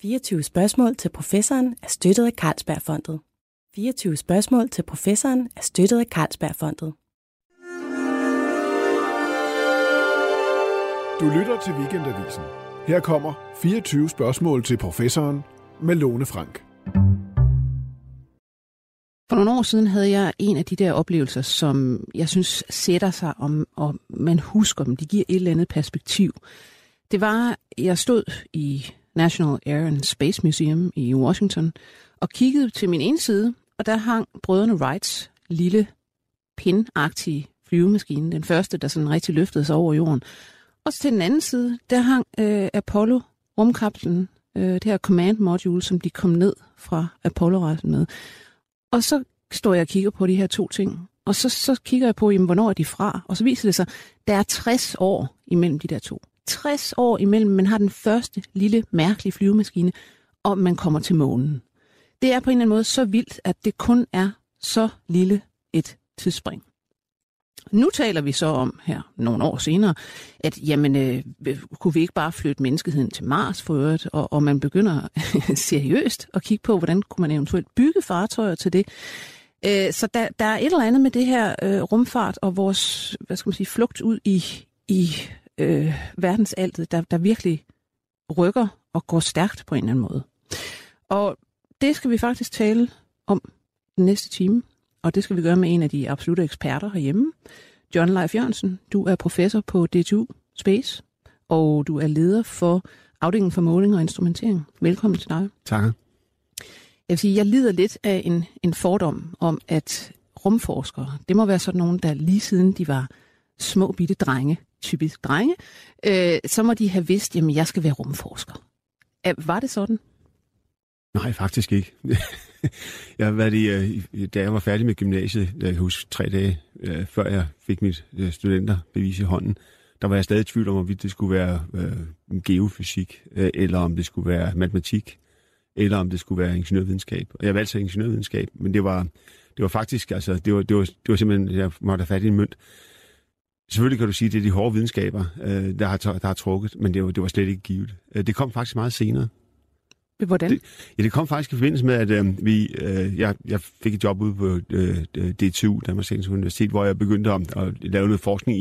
24 spørgsmål til professoren er støttet af Carlsbergfondet. 24 spørgsmål til professoren er støttet af Carlsbergfondet. Du lytter til Weekendavisen. Her kommer 24 spørgsmål til professoren med Lone Frank. For nogle år siden havde jeg en af de der oplevelser, som jeg synes sætter sig om, og man husker dem. De giver et eller andet perspektiv. Det var, jeg stod i National Air and Space Museum i Washington og kiggede til min ene side, og der hang brødrene Wrights lille pin-agtige flyvemaskine, den første, der sådan rigtig løftede sig over jorden. Og til den anden side, der hang Apollo-rumkapslen, det her command module, som de kom ned fra Apollo-rejsen med. Og så står jeg og kigger på de her to ting, og så kigger jeg på, jamen, hvornår er de fra? Og så viser det sig, der er 60 år imellem de der to. 60 år imellem, man har den første lille mærkelige flyvemaskine, og man kommer til månen. Det er på en eller anden måde så vildt, at det kun er så lille et tidsspring. Nu taler vi så om her nogle år senere, at jamen, kunne vi ikke bare flytte menneskeheden til Mars for øvrigt, og man begynder seriøst at kigge på, hvordan kunne man eventuelt bygge fartøjer til det. Så der er et eller andet med det her rumfart og vores, flugt ud i verdensaltet, der virkelig rykker og går stærkt på en eller anden måde. Og det skal vi faktisk tale om den næste time. Og det skal vi gøre med en af de absolutte eksperter herhjemme. John Leif Jørgensen, du er professor på DTU Space, og du er leder for afdelingen for måling og instrumentering. Velkommen til dig. Tak. Jeg vil sige, jeg lider lidt af en fordom om, at rumforskere, det må være sådan nogen, der lige siden de var små bitte drenge, typisk drenge, så må de have vidst, jamen jeg skal være rumforsker. Var det sådan? Nej, faktisk ikke. Jeg har været da jeg var færdig med gymnasiet, jeg husker 3 dage før jeg fik mit studenterbevis i hånden, der var jeg stadig i tvivl om, hvorvidt det skulle være geofysik, eller om det skulle være matematik, eller om det skulle være ingeniørvidenskab. Og jeg valgte så ingeniørvidenskab, men det var faktisk, altså, det var simpelthen, jeg måtte have fat i en mønt. Selvfølgelig kan du sige, at det er de hårde videnskaber, der har trukket, men det var slet ikke givet. Det kom faktisk meget senere. Hvordan? Det kom faktisk i forbindelse med, at jeg fik et job ude på DTU, Danmarks Tekniske Universitet, hvor jeg begyndte at lave noget forskning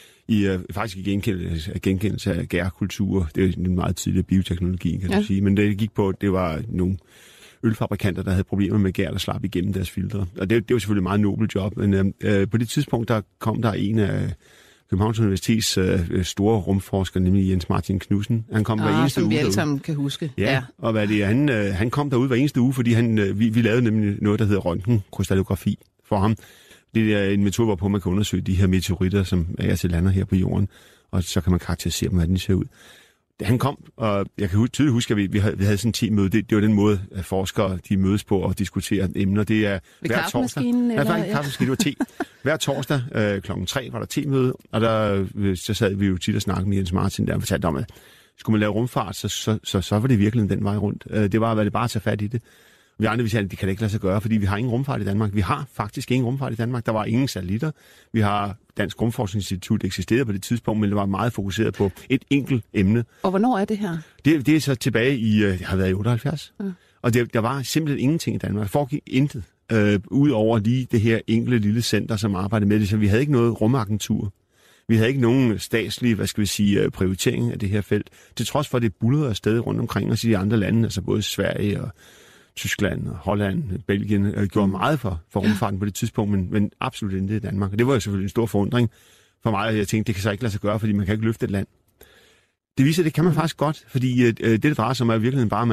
i genkendelse af gærkultur. Det er en meget tidligere bioteknologi, kan du sige. Men det gik på, det var nogle ølfabrikanter, der havde problemer med gær, der slap igennem deres filtre. Og det var selvfølgelig et meget nobelt job. Men på det tidspunkt, der kom der en af Københavns Universitets store rumforsker, nemlig Jens Martin Knudsen. Han kom hver eneste uge. Som vi alle sammen kan huske. Ja. Og han kom derud hver eneste uge, fordi vi lavede nemlig noget, der hedder røntgenkrystallografi for ham. Det er en metode, hvorpå man kan undersøge de her meteoritter, som er til lander her på jorden, og så kan man karakterisere dem, hvordan de ser ud. Da han kom, og jeg kan tydeligt huske, at vi havde sådan en teammøde. Det var den måde, at forskere de mødes på og diskuterer emner. Det er hver torsdag. Det var te. Hver torsdag klokken 3 var der temøde, og så sad vi jo tit og snakkede med Jens Martin der og fortalte om, at skulle man lave rumfart, så var det virkelig den vej rundt. Det var bare at tage fat i det. Vi andre vi sagde, at det kan det ikke lade sig gøre, fordi vi har ingen rumfart i Danmark. Vi har faktisk ingen rumfart i Danmark. Der var ingen satellitter. Vi har Dansk Rumforskningsinstitut eksisterede på det tidspunkt, men det var meget fokuseret på et enkelt emne. Og hvornår er det her? Det er så tilbage i, jeg har været i 78. Ja. Og der var simpelthen ingenting i Danmark. Der foregik intet, udover lige det her enkelte lille center, som arbejdede med det. Så vi havde ikke noget rumagentur. Vi havde ikke nogen statslig, prioritering af det her felt. Til trods for, at det bullerede afsted rundt omkring os i de andre lande, altså både Sverige og Tyskland, Holland, Belgien, gjorde meget for rumfarten på det tidspunkt, men absolut intet i Danmark. Og det var jo selvfølgelig en stor forundring for mig, og jeg tænkte, det kan så ikke lade sig gøre, fordi man kan ikke løfte et land. Det viser, at det kan man faktisk godt, fordi det drejer sig om, at virkeligheden bare,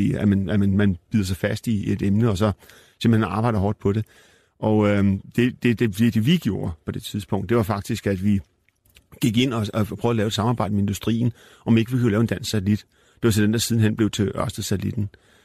man bider sig fast i et emne, og så simpelthen arbejder hårdt på det. Og det vi gjorde på det tidspunkt, det var faktisk, at vi gik ind og prøvede at lave et samarbejde med industrien, om ikke vi kunne lave en dansk satellit. Det var så den, der sidenhen blev til Ørsted-satellitten.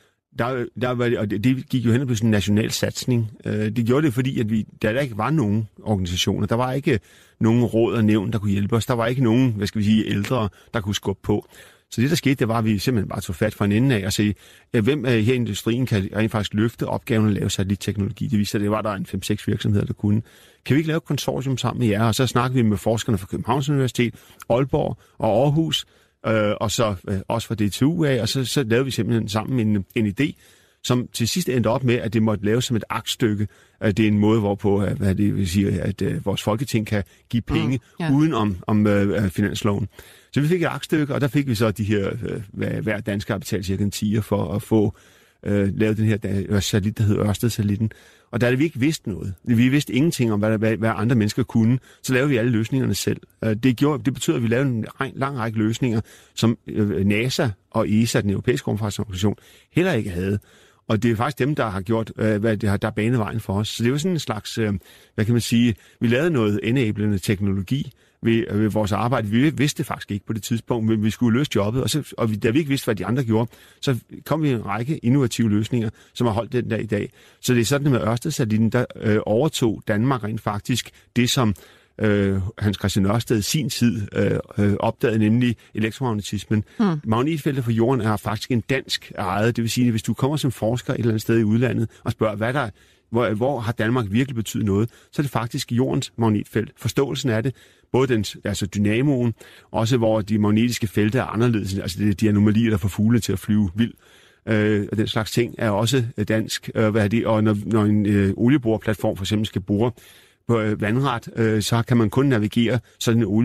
Det gik jo hen og blev sådan en national satsning. Det gjorde det, fordi at der ikke var nogen organisationer. Der var ikke nogen råd og nævn, der kunne hjælpe os. Der var ikke nogen, ældre, der kunne skubbe på. Så det, der skete, det var, at vi simpelthen bare tog fat fra en ende af og sige, hvem her i industrien kan rent faktisk løfte opgaven at lave satellitteknologi. Det viste, at det var der en 5-6 virksomheder, der kunne. Kan vi ikke lave et konsortium sammen med jer? Og så snakkede vi med forskerne fra Københavns Universitet, Aalborg og Aarhus, og så også fra DTU af, og så lavede vi simpelthen sammen en idé, som til sidst endte op med, at det måtte laves som et aktstykke. Det er en måde, hvorpå hvad det vil sige, at vores folketing kan give penge uden om finansloven. Så vi fik et aktstykke, og der fik vi så de her, hver dansker har betalt cirka en 10 for at få lavet den her satellit, der hedder Ørsted-satellitten. Og der havde vi ikke vidst noget. Vi vidste ingenting om, hvad andre mennesker kunne. Så lavede vi alle løsningerne selv. Det betyder, at vi lavede en lang række løsninger, som NASA og ESA, den europæiske rumfartsorganisation, heller ikke havde. Og det er faktisk dem, der har gjort, der har banet vejen for os. Så det var sådan en slags, hvad kan man sige, vi lavede noget enablende teknologi ved vores arbejde. Vi vidste det faktisk ikke på det tidspunkt, men vi skulle løse jobbet, og da vi ikke vidste, hvad de andre gjorde, så kom vi en række innovative løsninger, som har holdt den der i dag. Så det er sådan med Ørsted-satellitten, der overtog Danmark rent faktisk det, som Hans Christian Ørsted i sin tid opdagede, nemlig elektromagnetismen. Magnetfeltet for jorden er faktisk en dansk ejet, det vil sige, at hvis du kommer som forsker et eller andet sted i udlandet og spørger, hvor har Danmark virkelig betydet noget, så er det faktisk jordens magnetfelt. Forståelsen af det, både dynamoen, også hvor de magnetiske felter er anderledes, altså det er de anomalier, der får fugle til at flyve vildt. Og den slags ting er også dansk. Og når en olieboreplatform for eksempel skal bore på vandret, så kan man kun navigere sådan en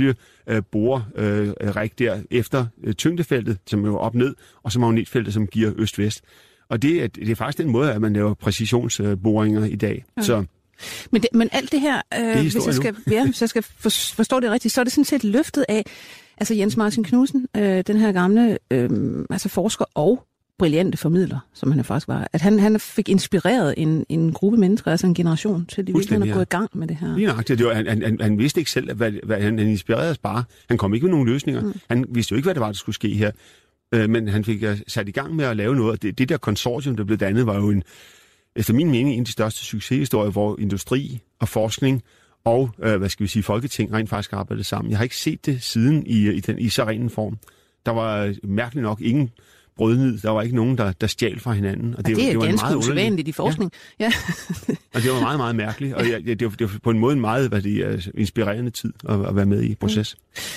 olieborerig der efter tyngdefeltet, som er op-ned, og så magnetfeltet, som giver øst-vest. Og det er faktisk den måde, at man laver præcisionsboringer i dag. Ja. Så men alt det her, hvis jeg skal forstå det rigtigt, så er det sådan set løftet af, altså Jens Martin Knudsen, den her gamle forsker og brillante formidler, som han faktisk var, at han fik inspireret en gruppe mennesker, altså en generation, til de virkelig at gå i gang med det her. Lige nøjagtigt. Han vidste ikke selv, hvad han inspirerede os bare. Han kom ikke med nogen løsninger. Han vidste jo ikke, hvad det var, der skulle ske her. Men han fik sat i gang med at lave noget. Det der konsortium, der blev dannet, var jo efter min mening, en af de største succeshistorier, hvor industri og forskning og, folketing rent faktisk arbejdede sammen. Jeg har ikke set det siden i så ren form. Der var mærkeligt nok ingen brødnid. Der var ikke nogen, der stjal fra hinanden. Og det er var ganske usædvanligt i forskning. Ja. Og det var meget, meget mærkeligt. Og det var på en måde en meget inspirerende tid at være med i proces.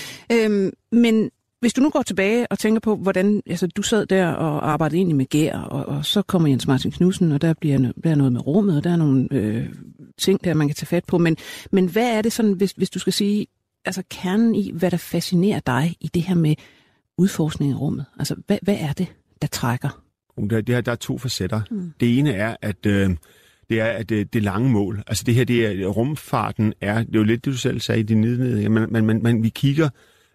Men hvis du nu går tilbage og tænker på, hvordan du sad der og arbejdede egentlig med gær, og så kommer Jens Martin Knudsen, og der bliver noget med rummet, og der er nogle ting der, man kan tage fat på. Men hvad er det sådan, hvis du skal sige, altså kernen i, hvad der fascinerer dig i det her med udforskning i rummet? Altså, hvad er det, der trækker? Der er 2 facetter. Det ene er, at det lange mål. Altså det her, det er rumfarten det er jo lidt det, du selv sagde i din nedledning, men vi kigger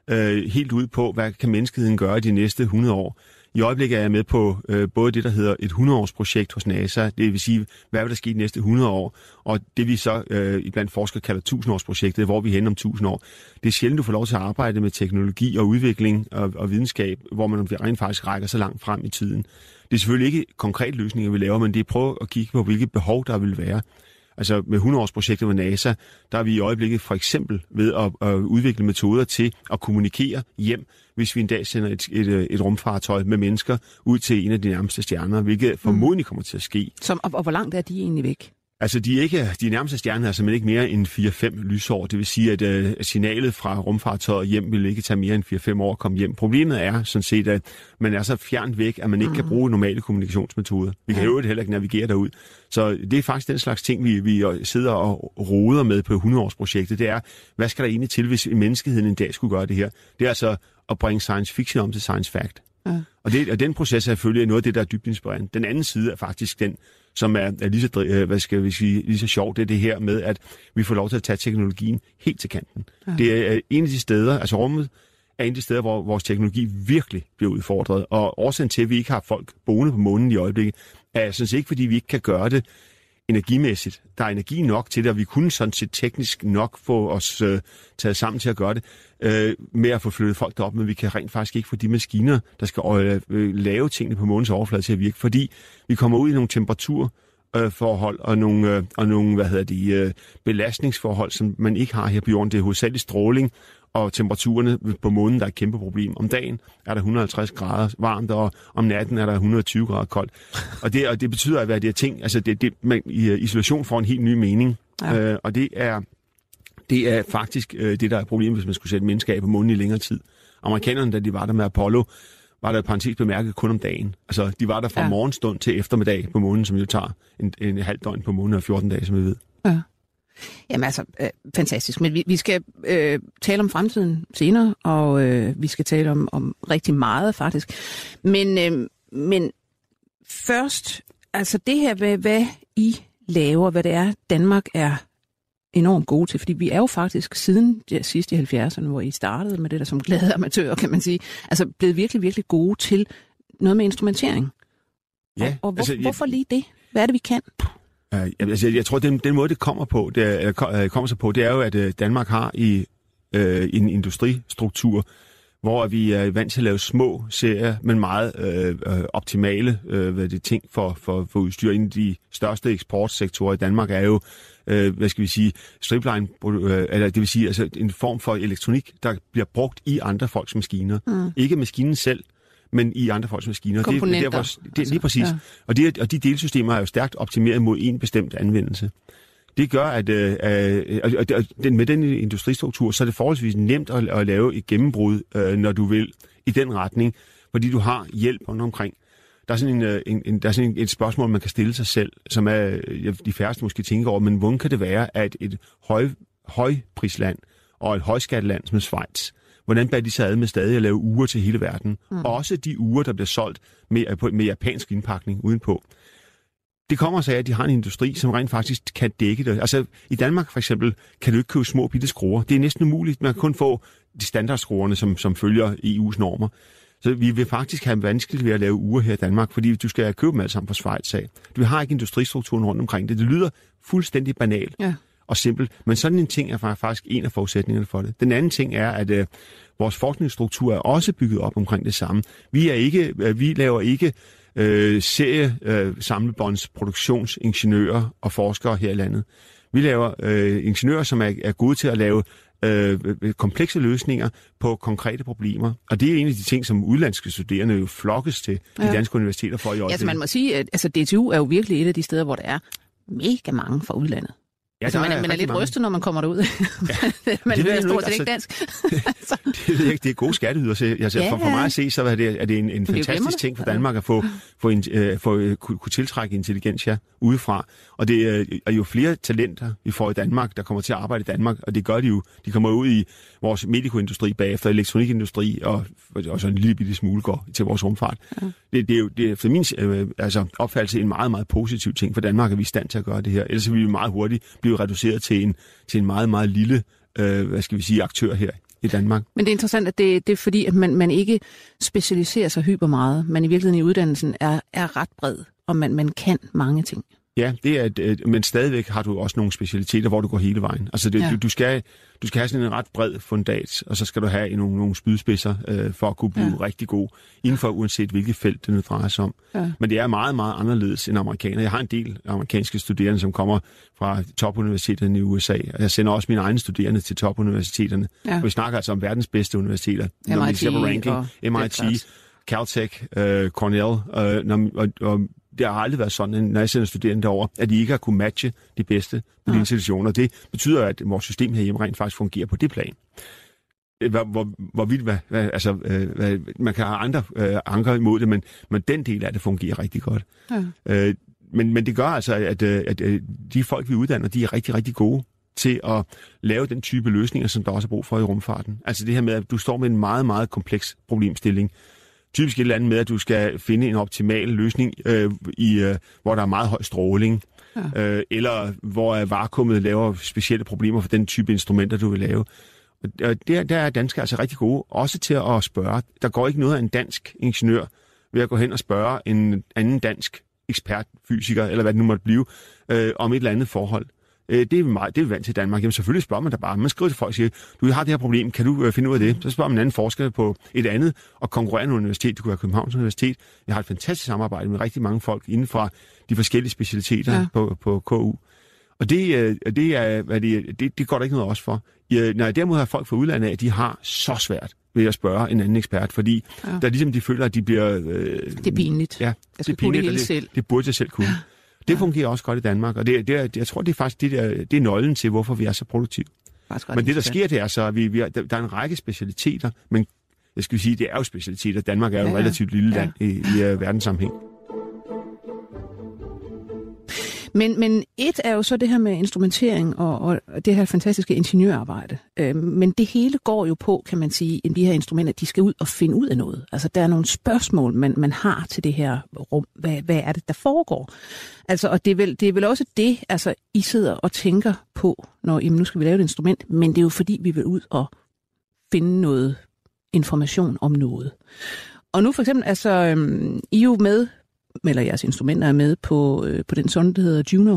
helt ud på, hvad kan menneskeheden gøre de næste 100 år. I øjeblikket er jeg med på både det, der hedder et 100-årsprojekt hos NASA, det vil sige, hvad vil der ske de næste 100 år, og det vi så iblandt forskere kalder 1000-årsprojektet, hvor vi er henne om 1000 år. Det er sjældent, du får lov til at arbejde med teknologi og udvikling og videnskab, hvor man rent faktisk rækker så langt frem i tiden. Det er selvfølgelig ikke konkrete løsninger, vi laver, men det er at prøve at kigge på, hvilke behov der vil være. Altså med 100-årsprojektet med NASA, der er vi i øjeblikket for eksempel ved at udvikle metoder til at kommunikere hjem, hvis vi en dag sender et rumfartøj med mennesker ud til en af de nærmeste stjerner, hvilket formodentlig kommer til at ske. Og hvor langt er de egentlig væk? Altså de nærmeste stjerner er simpelthen ikke mere end 4-5 lysår. Det vil sige, at signalet fra rumfartøjet hjem vil ikke tage mere end 4-5 år at komme hjem. Problemet er sådan set, at man er så fjernt væk, at man ikke kan bruge normale kommunikationsmetoder. Vi kan jo heller ikke navigere derud. Så det er faktisk den slags ting, vi sidder og roder med på 100-årsprojektet. Det er, hvad skal der egentlig til, hvis menneskeheden en dag skulle gøre det her? Det er altså at bringe science fiction om til science fact. Ja. Og den proces er selvfølgelig noget af det, der er dybt inspirerende. Den anden side er faktisk den, som er lige så sjovt, det er det her med, at vi får lov til at tage teknologien helt til kanten. Ja. Det er en af de steder, altså rummet er en af de steder, hvor vores teknologi virkelig bliver udfordret. Og årsagen til, at vi ikke har folk boende på månen i øjeblikket, er sådan set ikke, fordi vi ikke kan gøre det energimæssigt. Der er energi nok til det, og vi kunne sådan set teknisk nok få os taget sammen til at gøre det, med at få flyttet folk derop, men vi kan rent faktisk ikke få de maskiner, der skal lave tingene på månens overflade til at virke, fordi vi kommer ud i nogle temperaturforhold og nogle belastningsforhold, som man ikke har her på jorden. Det er hovedsageligt stråling, og temperaturerne på månen, der er et kæmpe problem. Om dagen er der 150 grader varmt, og om natten er der 120 grader koldt. Og det betyder, at det er ting, altså man i isolation får en helt ny mening. Ja. Og det er faktisk det, der er problemet, hvis man skulle sætte mennesker af på månen i længere tid. Amerikanerne, da de var der med Apollo, var der parentes bemærket kun om dagen. Altså, de var der fra morgenstund til eftermiddag på månen, som jo tager en halv døgn på månen og 14 dage, som vi ved. Ja. Jamen altså, fantastisk. Men vi skal tale om fremtiden senere, og vi skal tale om rigtig meget, faktisk. Men først, altså det her med, hvad I laver, hvad det er, Danmark er enormt gode til, fordi vi er jo faktisk siden sidst i 70'erne, hvor I startede med det der som glade amatører, kan man sige, altså blevet virkelig, virkelig gode til noget med instrumentering. Ja, og hvorfor lige det? Hvad er det, vi kan? Jeg tror, den måde, det kommer sig på, det er jo, at Danmark har en industristruktur, hvor vi er vant til at lave små serier, men meget optimale ting for udstyr. En af de største eksportsektorer i Danmark er jo, stripline, eller det vil sige altså en form for elektronik, der bliver brugt i andre folks maskiner. Ikke maskinen selv, men i andre folks maskiner. Komponenter. Det er lige præcis. Ja. Og de delsystemer er jo stærkt optimeret mod en bestemt anvendelse. Det gør, at med den industristruktur, så er det forholdsvis nemt at lave et gennembrud, når du vil, i den retning, fordi du har hjælp omkring. Der er sådan et spørgsmål, man kan stille sig selv, som er de færreste måske tænker over, men hvordan kan det være, at et højprisland og et højskatteland som Schweiz, hvordan bærer de sig ad med stadig at lave uger til hele verden? Og også de uger, der bliver solgt med japansk indpakning udenpå. Det kommer sig af, at de har en industri, som rent faktisk kan dække det. Altså i Danmark for eksempel kan du ikke købe små bitte skruer. Det er næsten umuligt. Man kan kun få de standardskruerne, som følger EU's normer. Så vi vil faktisk have vanskeligt ved at lave uger her i Danmark, fordi du skal købe dem alle sammen fra Schweiz af. Du har ikke industristrukturen rundt omkring det. Det lyder fuldstændig banalt og simpelt, men sådan en ting er faktisk en af forudsætningerne for det. Den anden ting er, at vores forskningsstruktur er også bygget op omkring det samme. Vi laver ikke samlebåndsproduktionsingeniører og forskere her i landet. Vi laver ingeniører, som er gode til at lave komplekse løsninger på konkrete problemer. Og det er en af de ting, som udlandske studerende jo flokkes til i danske universiteter for i øjeblikket. Altså man må sige, at DTU er jo virkelig et af de steder, hvor der er mega mange fra udlandet. Ja, altså, man er lidt rystet, når man kommer derud. Ja, man hører stort set ikke dansk. Det ved jeg ikke. Det er gode skatteyder. For mig at se, så er det en fantastisk ting for Danmark at kunne tiltrække intelligensia udefra. Og det er jo flere talenter, vi får i Danmark, der kommer til at arbejde i Danmark. Og det gør de jo. De kommer ud i vores medicoindustri bagefter, elektronikindustri, og så en lille bitte smule går til vores rumfart. Ja. Det er for min opfattelse en meget, meget positiv ting for Danmark, at vi er i stand til at gøre det her. Ellers vil vi meget hurtigt blive reduceret til en meget, meget lille aktør her i Danmark. Men det er interessant, at det er fordi, at man ikke specialiserer sig hyper meget, men i virkeligheden i uddannelsen er ret bred, og man kan mange ting. Ja, det er, men stadigvæk har du også nogle specialiteter, hvor du går hele vejen. Altså du skal have sådan en ret bred fundat, og så skal du have nogle spydspidser for at kunne blive rigtig god inden for uanset hvilket felt det nu drejer sig om. Ja. Men det er meget, meget anderledes end amerikanere. Jeg har en del amerikanske studerende, som kommer fra topuniversiteterne i USA, og jeg sender også mine egne studerende til topuniversiteterne. Ja. Og vi snakker altså om verdens bedste universiteter. Når vi ser på ranking, MIT, Caltech, Cornell, og det har aldrig været sådan, når jeg sender studerende derover, at de ikke har kunne matche de bedste på de institutioner. Det betyder, at vores system herhjemme rent faktisk fungerer på det plan. Hvorvidt man kan have andre anker imod det, men den del af det fungerer rigtig godt. Ja. Men det gør altså, at de folk, vi uddanner, de er rigtig, rigtig gode til at lave den type løsninger, som der også er brug for i rumfarten. Altså det her med, at du står med en meget, meget kompleks problemstilling. Typisk et eller andet med, at du skal finde en optimal løsning, hvor der er meget høj stråling, eller hvor vakuumet laver specielle problemer for den type instrumenter, du vil lave. Og der er danskere altså rigtig gode, også til at spørge. Der går ikke noget af en dansk ingeniør ved at gå hen og spørge en anden dansk ekspert, fysiker, eller hvad det nu måtte blive, om et eller andet forhold. Det er vi vant til i Danmark. Jamen selvfølgelig spørger man da bare. Man skriver til folk og siger, du har det her problem, kan du finde ud af det? Så spørger man en anden forsker på et andet og konkurrerende universitet. Det kunne være Københavns Universitet. Jeg har et fantastisk samarbejde med rigtig mange folk inden for de forskellige specialiteter på KU. Og det går der ikke noget også for. Når jeg derimod har folk fra udlandet, at de har så svært ved at spørge en anden ekspert, fordi der ligesom de føler, at de bliver... det er pinligt. Ja, det er pinligt, det burde jeg selv kunne. Det fungerer også godt i Danmark, og jeg tror, det er faktisk det er nøglen til, hvorfor vi er så produktive. Men det, der sker, det er så, at der er en række specialiteter, men jeg skal sige, det er jo specialiteter. Danmark er jo et relativt lille land i verdenssammenhæng. Men et er jo så det her med instrumentering og det her fantastiske ingeniørarbejde. Men det hele går jo på, kan man sige, at de her instrumenter, de skal ud og finde ud af noget. Altså, der er nogle spørgsmål, man har til det her rum. Hvad er det, der foregår? Altså, og det er vel også det, altså, I sidder og tænker på, når nu skal vi lave et instrument, men det er jo fordi, vi vil ud og finde noget information om noget. Og nu for eksempel, altså, I er jo med, eller jeres instrumenter er med på den sonde, der hedder Juno,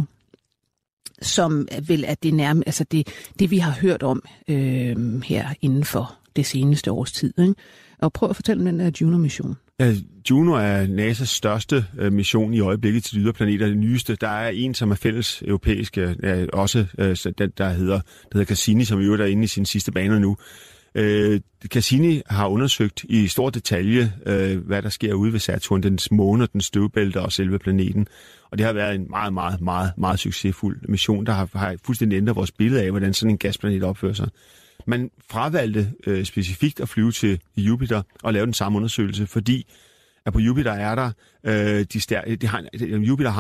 som vel er det nærmest, altså det vi har hørt om her inden for det seneste års tid. Ikke? Og prøv at fortælle om den der Juno-mission. Ja, Juno er NASA's største mission i øjeblikket til ydre planeter. Det nyeste, der er en, som er fælles europæisk, også den, der hedder Cassini, som i øvrigt er inde i sin sidste baner nu. Cassini har undersøgt i stor detalje, hvad der sker ude ved Saturn, dens måne, dens støvbælte og selve planeten. Og det har været en meget, meget, meget, meget succesfuld mission, der har fuldstændig ændret vores billede af, hvordan sådan en gasplanet opfører sig. Man fravalgte specifikt at flyve til Jupiter og lave den samme undersøgelse, fordi at på Jupiter er der Jupiter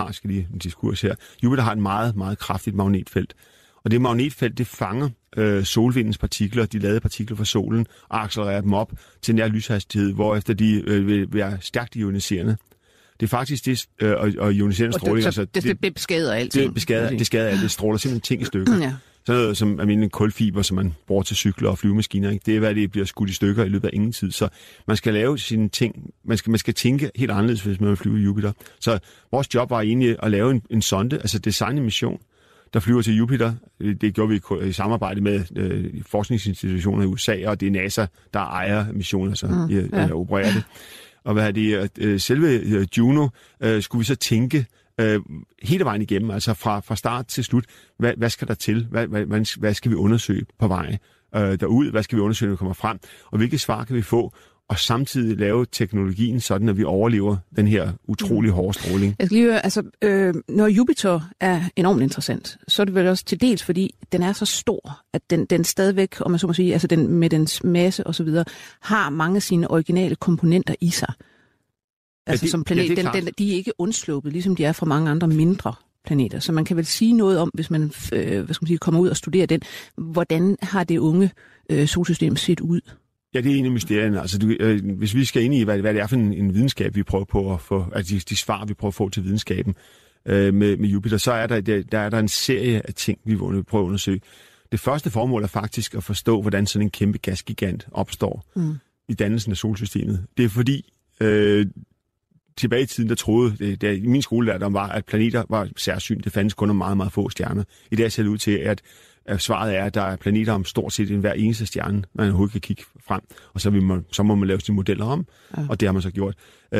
har et meget, meget kraftigt magnetfelt. Og det magnetfelt, det fanger solvindens partikler, de ladede partikler fra solen, og accelererer dem op til nær lyshastighed, hvorefter de vil være stærkt ioniserende. Det er faktisk det, og ioniserende stråling... Det beskader alting. Det skader alt. Det stråler simpelthen ting i stykker. Ja. Sådan noget som almindelige kulfiber, som man bruger til cykler og flyvemaskiner. Ikke? Det er, hvad det bliver skudt i stykker i løbet af ingen tid. Så man skal lave sine ting... Man skal tænke helt anderledes, hvis man vil flyve i Jupiter. Så vores job var egentlig at lave en sonde, altså designe en mission, der flyver til Jupiter. Det gjorde vi i samarbejde med forskningsinstitutioner i USA, og det er NASA, der ejer missionen, der opererer det. Og selve Juno skulle vi så tænke hele vejen igennem, altså fra start til slut. Hvad skal der til? Hvad skal vi undersøge på vej derud? Hvad skal vi undersøge, når vi kommer frem? Og hvilke svar kan vi få? Og samtidig lave teknologien sådan, at vi overlever den her utrolig hårde stråling. Jeg skal lige høre, når Jupiter er enormt interessant, så er det vel også til dels, fordi den er så stor, at den stadigvæk, om man så må sige, altså den med dens masse og så videre, har mange af sine originale komponenter i sig. Altså som planet, de er ikke undsluppet, ligesom de er fra mange andre mindre planeter. Så man kan vel sige noget om, hvis man kommer ud og studerer den, hvordan har det unge solsystem set ud? Ja, det er en af mysterierne. Altså, hvis vi skal ind i, hvad det er for en videnskab, vi prøver på at få, altså de svar, vi prøver at få til videnskaben med Jupiter, så er der en serie af ting, vi prøver at undersøge. Det første formål er faktisk at forstå, hvordan sådan en kæmpe gasgigant opstår i dannelsen af solsystemet. Det er fordi, tilbage i tiden, der troede, i min skolelærdom var, at planeter var særsyn. Det fandtes kun om meget, meget få stjerner. I dag ser det ud til, at svaret er, at der er planeter om stort set hver eneste stjerne, man overhovedet kan kigge frem, og så må man lave sine modeller om, og det har man så gjort.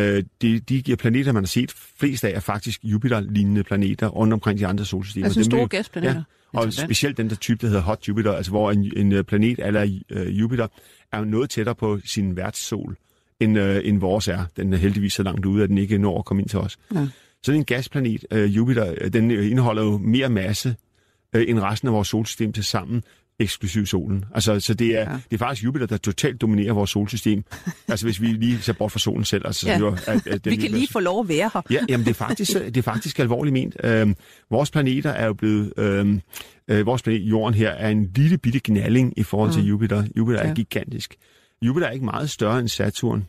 De planeter, man har set flest af, er faktisk Jupiter-lignende planeter rundt omkring de andre solsystemer. Altså store gasplaneter? Ja, og specielt den der type, der hedder Hot Jupiter, altså hvor en planet eller Jupiter er noget tættere på sin værtssol, end vores er. Den er heldigvis så langt ude, at den ikke når at komme ind til os. Ja. Sådan en gasplanet, Jupiter, den indeholder jo mere masse end resten af vores solsystem til sammen, eksklusiv solen. Altså, så det er faktisk Jupiter, der totalt dominerer vores solsystem. Altså, hvis vi lige ser bort fra solen selv. Altså, vi kan lige få lov at være her. Ja, jamen, det er faktisk alvorligt ment. Vores planeter er jo blevet... vores planet, Jorden her, er en lille bitte gnalling i forhold til Jupiter. Jupiter er gigantisk. Jupiter er ikke meget større end Saturn,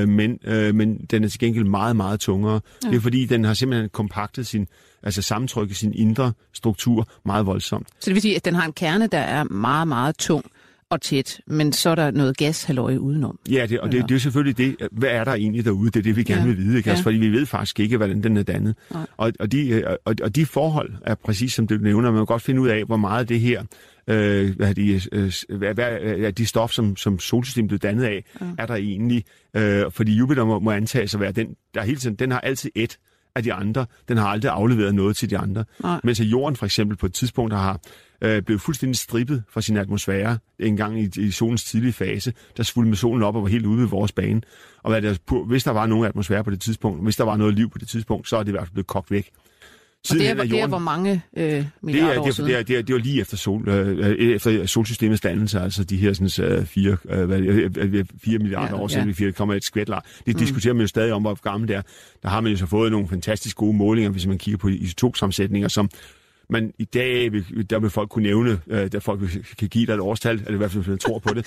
men den er til gengæld meget, meget tungere. Ja. Det er fordi, den har simpelthen kompaktet sammentrykket sin indre struktur meget voldsomt. Så det vil sige, at den har en kerne, der er meget, meget tung og tæt, men så er der noget gashalløje udenom. Ja, det er selvfølgelig det. Hvad er der egentlig derude? Det er det, vi gerne vil vide, ikke? Altså, fordi vi ved faktisk ikke, hvordan den er dannet. Og de forhold er præcis som det nævner. Man kan godt finde ud af, hvor meget det her de stof, som solsystemet blev dannet af, er der egentlig. Fordi Jupiter må antages at være den, der hele tiden, den har altid et af de andre. Den har aldrig afleveret noget til de andre. Mens Jorden for eksempel på et tidspunkt har blevet fuldstændig strippet fra sin atmosfære en gang i solens tidlige fase, der svulmede solen op og var helt ude ved vores bane. Og hvis der var nogen atmosfære på det tidspunkt, hvis der var noget liv på det tidspunkt, så er det i hvert fald blevet kogt væk. Og det er hvor mange milliarder år siden? Det var lige efter, efter solsystemets dannelse, altså de her sådan, 4 milliarder år siden, vi kommer et skvætlar. Det diskuterer man jo stadig om, hvor gammel det er. Der har man jo så fået nogle fantastisk gode målinger, hvis man kigger på isotopsammensætninger, som man i dag, der vil folk kunne nævne, der folk kan give dig et årstal, eller i hvert fald, hvis man tror på det.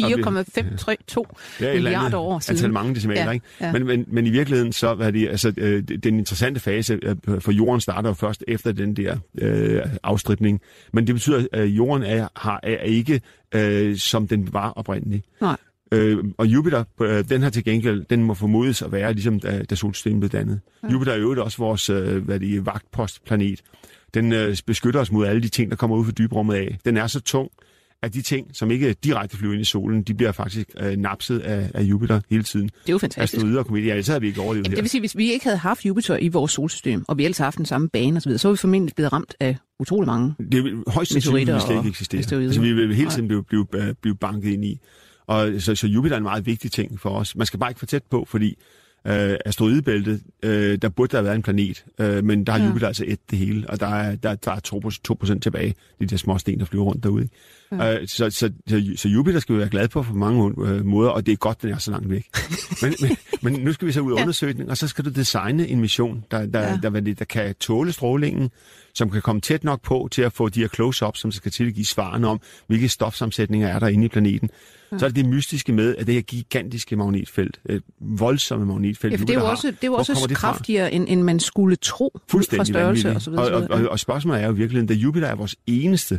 4,532 milliarder år siden. Altså mange decimaler, ikke? Ja. Men i virkeligheden, så er det, altså, den interessante fase for jorden starter jo først efter den der afstribning. Men det betyder, at jorden er ikke, som den var oprindeligt. Nej. Og Jupiter, den her til gengæld, den må formodes at være, ligesom da solsystemet blev dannet. Ja. Jupiter er jo også vores vagtpostplanet. Den beskytter os mod alle de ting, der kommer ud fra dybrummet af. Den er så tung, at de ting, som ikke direkte flyver ind i solen, de bliver faktisk napset af Jupiter hele tiden. Det er jo fantastisk. Asteroider og kometer, ellers havde vi ikke overlevet her. Det vil sige, hvis vi ikke havde haft Jupiter i vores solsystem, og vi ellers havde haft den samme bane osv., så var vi formentlig blevet ramt af utrolig mange det vil højst sandsynligt slet ikke eksistere. Altså, vi vil hele tiden blive banket ind i. Og så Jupiter er en meget vigtig ting for os. Man skal bare ikke for tæt på, fordi asteroidebæltet, der burde der have været en planet, men der har Jupiter altså det hele, og der er 2% tilbage, de der små sten, der flyver rundt derude. Ja. Så Jupiter skal vi være glad på mange måder, og det er godt, den er så langt væk. men nu skal vi så ud og undersøge den, og så skal du designe en mission, der kan tåle strålingen, som kan komme tæt nok på til at få de her close-ups, som skal tilgive svarene om, hvilke stofsammensætninger er der inde i planeten. Ja. Så er det mystiske med, at det her gigantiske magnetfelt, et voldsomme magnetfelt, ja, for det er jo også kraftigere, end man skulle tro fra størrelse og så videre. Og spørgsmålet er jo virkelig, at Jupiter er vores eneste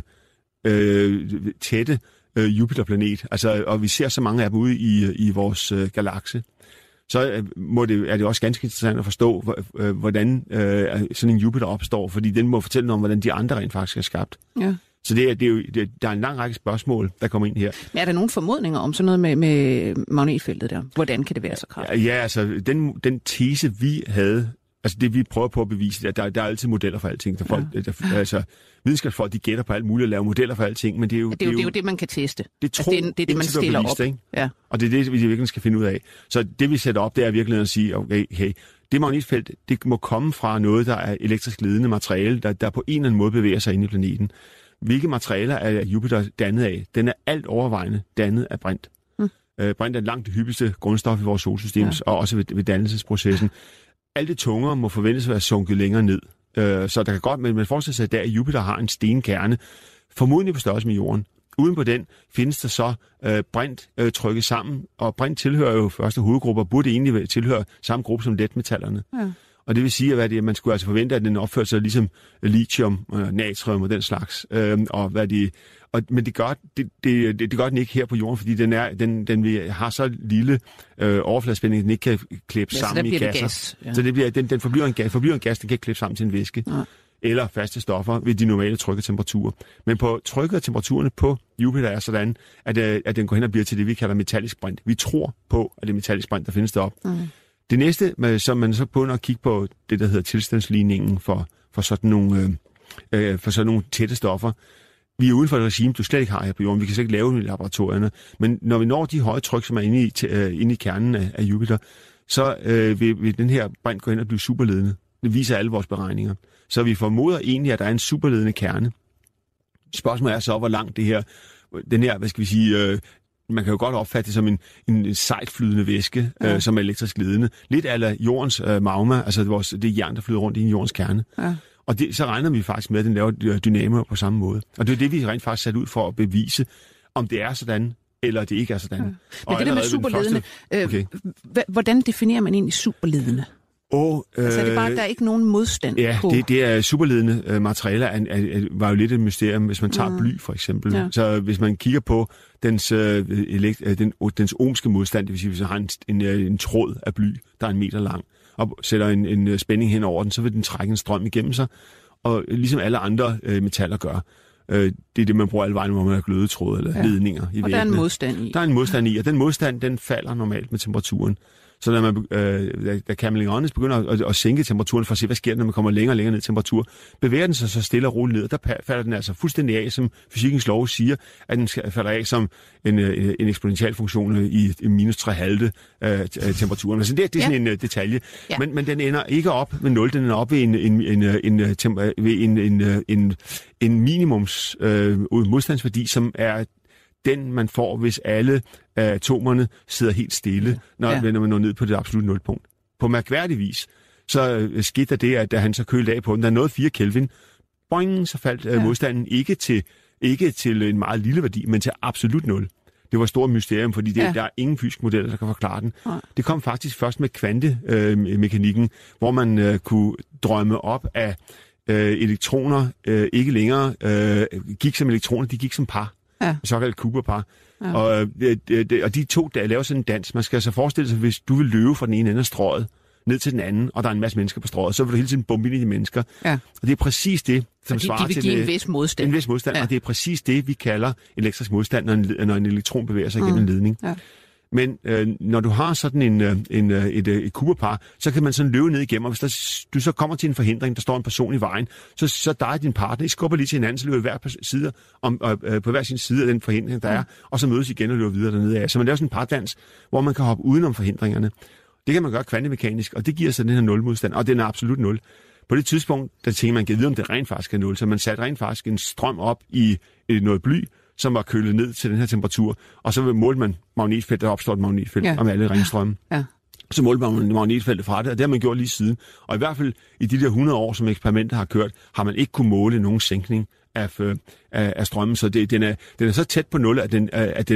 tætte Jupiterplanet, altså, og vi ser så mange af dem ude i vores galakse, så er det også ganske interessant at forstå, hvordan sådan en Jupiter opstår, fordi den må fortælle noget om, hvordan de andre rent faktisk er skabt. Ja. Så der er en lang række spørgsmål, der kommer ind her. Men er der nogle formodninger om sådan noget med magnetfeltet der? Hvordan kan det være så kraftigt? Ja, altså den tese, vi havde, altså det vi prøver på at bevise, der er altid modeller for alting. Altså videnskabsfolk, de gætter på alt muligt og laver modeller for alting, men det er jo... Det er jo det, man kan teste. Det er det, man stiller op. Ja. Og det er det, vi virkelig skal finde ud af. Så det, vi sætter op, det er virkelig at sige, okay, det magnetfelt, det må komme fra noget, der er elektrisk ledende materiale, der på en eller anden måde bevæger sig ind i planeten. Hvilke materialer er Jupiter dannet af? Den er alt overvejende dannet af brint. Brint er langt det hyppigste grundstof i vores solsystem, og også ved dannelsesprocessen. Alt det tungere må forventes at være sunket længere ned. Så der kan godt, men man forestiller sig, at Jupiter har en stenkerne, formodentlig på størrelse med jorden. Uden på den findes der så brint trykket sammen, og brint tilhører jo første hovedgrupper, burde egentlig tilhøre samme gruppe som letmetallerne. Ja. Og det vil sige, at man skulle altså forvente, at den opfører sig ligesom lithium, natrium og den slags. Men det gør den ikke her på jorden, fordi den har så lille overfladespænding, at den ikke kan klæbe sammen i gasser. Så den forbliver en gas, den kan ikke klæbe sammen til en væske. Ja. Eller faste stoffer ved de normale tryk og temperaturer. Men på trykket og temperaturerne på Jupiter er sådan, at den går hen og bliver til det, vi kalder metallisk brint. Vi tror på, at det er metallisk brint, der findes deroppe. Det næste, som man så begynder at kigge på, det der hedder tilstandsligningen for sådan nogle tætte stoffer. Vi er uden for et regime, du slet ikke har her på jorden. Vi kan slet ikke lave dem i laboratorierne. Men når vi når de høje tryk, som er inde i kernen af Jupiter, så vil den her brint gå hen og blive superledende. Det viser alle vores beregninger. Så vi formoder egentlig, at der er en superledende kerne. Spørgsmålet er så, hvor langt den her, hvad skal vi sige... man kan jo godt opfatte det som en sejt flydende væske, som er elektrisk ledende. Lidt af jordens magma, altså det jern, der flyder rundt i jordens kerne. Ja. Og så regner vi faktisk med, at den laver dynamoer på samme måde. Og det er det, vi rent faktisk sat ud for at bevise, om det er sådan, eller det ikke er sådan. Ja. Men det der med superledende, hvordan definerer man egentlig superledende? Altså er det bare, at der er ikke nogen modstand på? Ja, det er superledende materialer, var jo lidt et mysterium, hvis man tager bly for eksempel. Ja. Så hvis man kigger på dens ohmske modstand, det vil sige, hvis man har en tråd af bly, der er 1 meter lang, og sætter en spænding hen over den, så vil den trække en strøm igennem sig, og ligesom alle andre metaller gør. Det er det, man bruger alle vejen, hvor man har glødetråd eller ledninger i væggene. Og der er en modstand i. Der er en modstand i, og den modstand, den falder normalt med temperaturen. Så når man, da kameleonen begynder at sænke temperaturen for at se, hvad sker der, når man kommer længere og længere ned i temperatur, bevæger den sig så stille og roligt ned, og der falder den altså fuldstændig af, som fysikkens lov siger, at den falder af som en eksponentiel funktion i minus 3/2 temperaturen. Altså det er sådan en detalje. Ja. Men den ender ikke op med 0, den ender op ved en minimums modstandsværdi, som er den, man får, hvis alle atomerne sidder helt stille, når man når ned på det absolutte nulpunkt. På mærkværdig vis, så skete der det, at da han så kølede af på den, der nåede 4 Kelvin, boing, så faldt modstanden ikke til en meget lille værdi, men til absolut 0. Det var et stort mysterium, fordi der er ingen fysiske modeller, der kan forklare den. Ja. Det kom faktisk først med kvantemekanikken, hvor man kunne drømme op af elektroner, ikke længere gik som elektroner, de gik som par. Ja. Såkaldt Cooper-par. Ja. Og de to, der laver sådan en dans, man skal altså forestille sig, hvis du vil løbe fra den ene ende af strøget ned til den anden, og der er en masse mennesker på strøget, så vil du hele tiden bombe ind i de mennesker. Ja. Og det er præcis det, som svarer til... de vil give en vis modstand. En vis modstand, og det er præcis det, vi kalder elektrisk modstand, når en elektron bevæger sig gennem en ledning. Ja. Men når du har sådan et Cooper-par, så kan man sådan løbe ned igennem, og hvis du så kommer til en forhindring, der står en person i vejen, så dig din partner, I skubber lige til hinanden, så løber på hver sin side af den forhindring, der er, og så mødes igen og løber videre dernede af. Så man laver sådan en pardans, hvor man kan hoppe udenom forhindringerne. Det kan man gøre kvantemekanisk, og det giver så den her nulmodstand, og den er absolut 0. På det tidspunkt, der tænker man, kan vide, om det rent faktisk er 0, så man satte rent faktisk en strøm op i noget bly, som var kølet ned til den her temperatur, og så målte man magnetfelt, der opstår et magnetfelt om alle ringstrømme. Ja. Så målte man magnetfeltet fra det, og det har man gjort lige siden. Og i hvert fald i de der 100 år, som eksperimentet har kørt, har man ikke kunne måle nogen sænkning af strømmen, så den er så tæt på 0, at den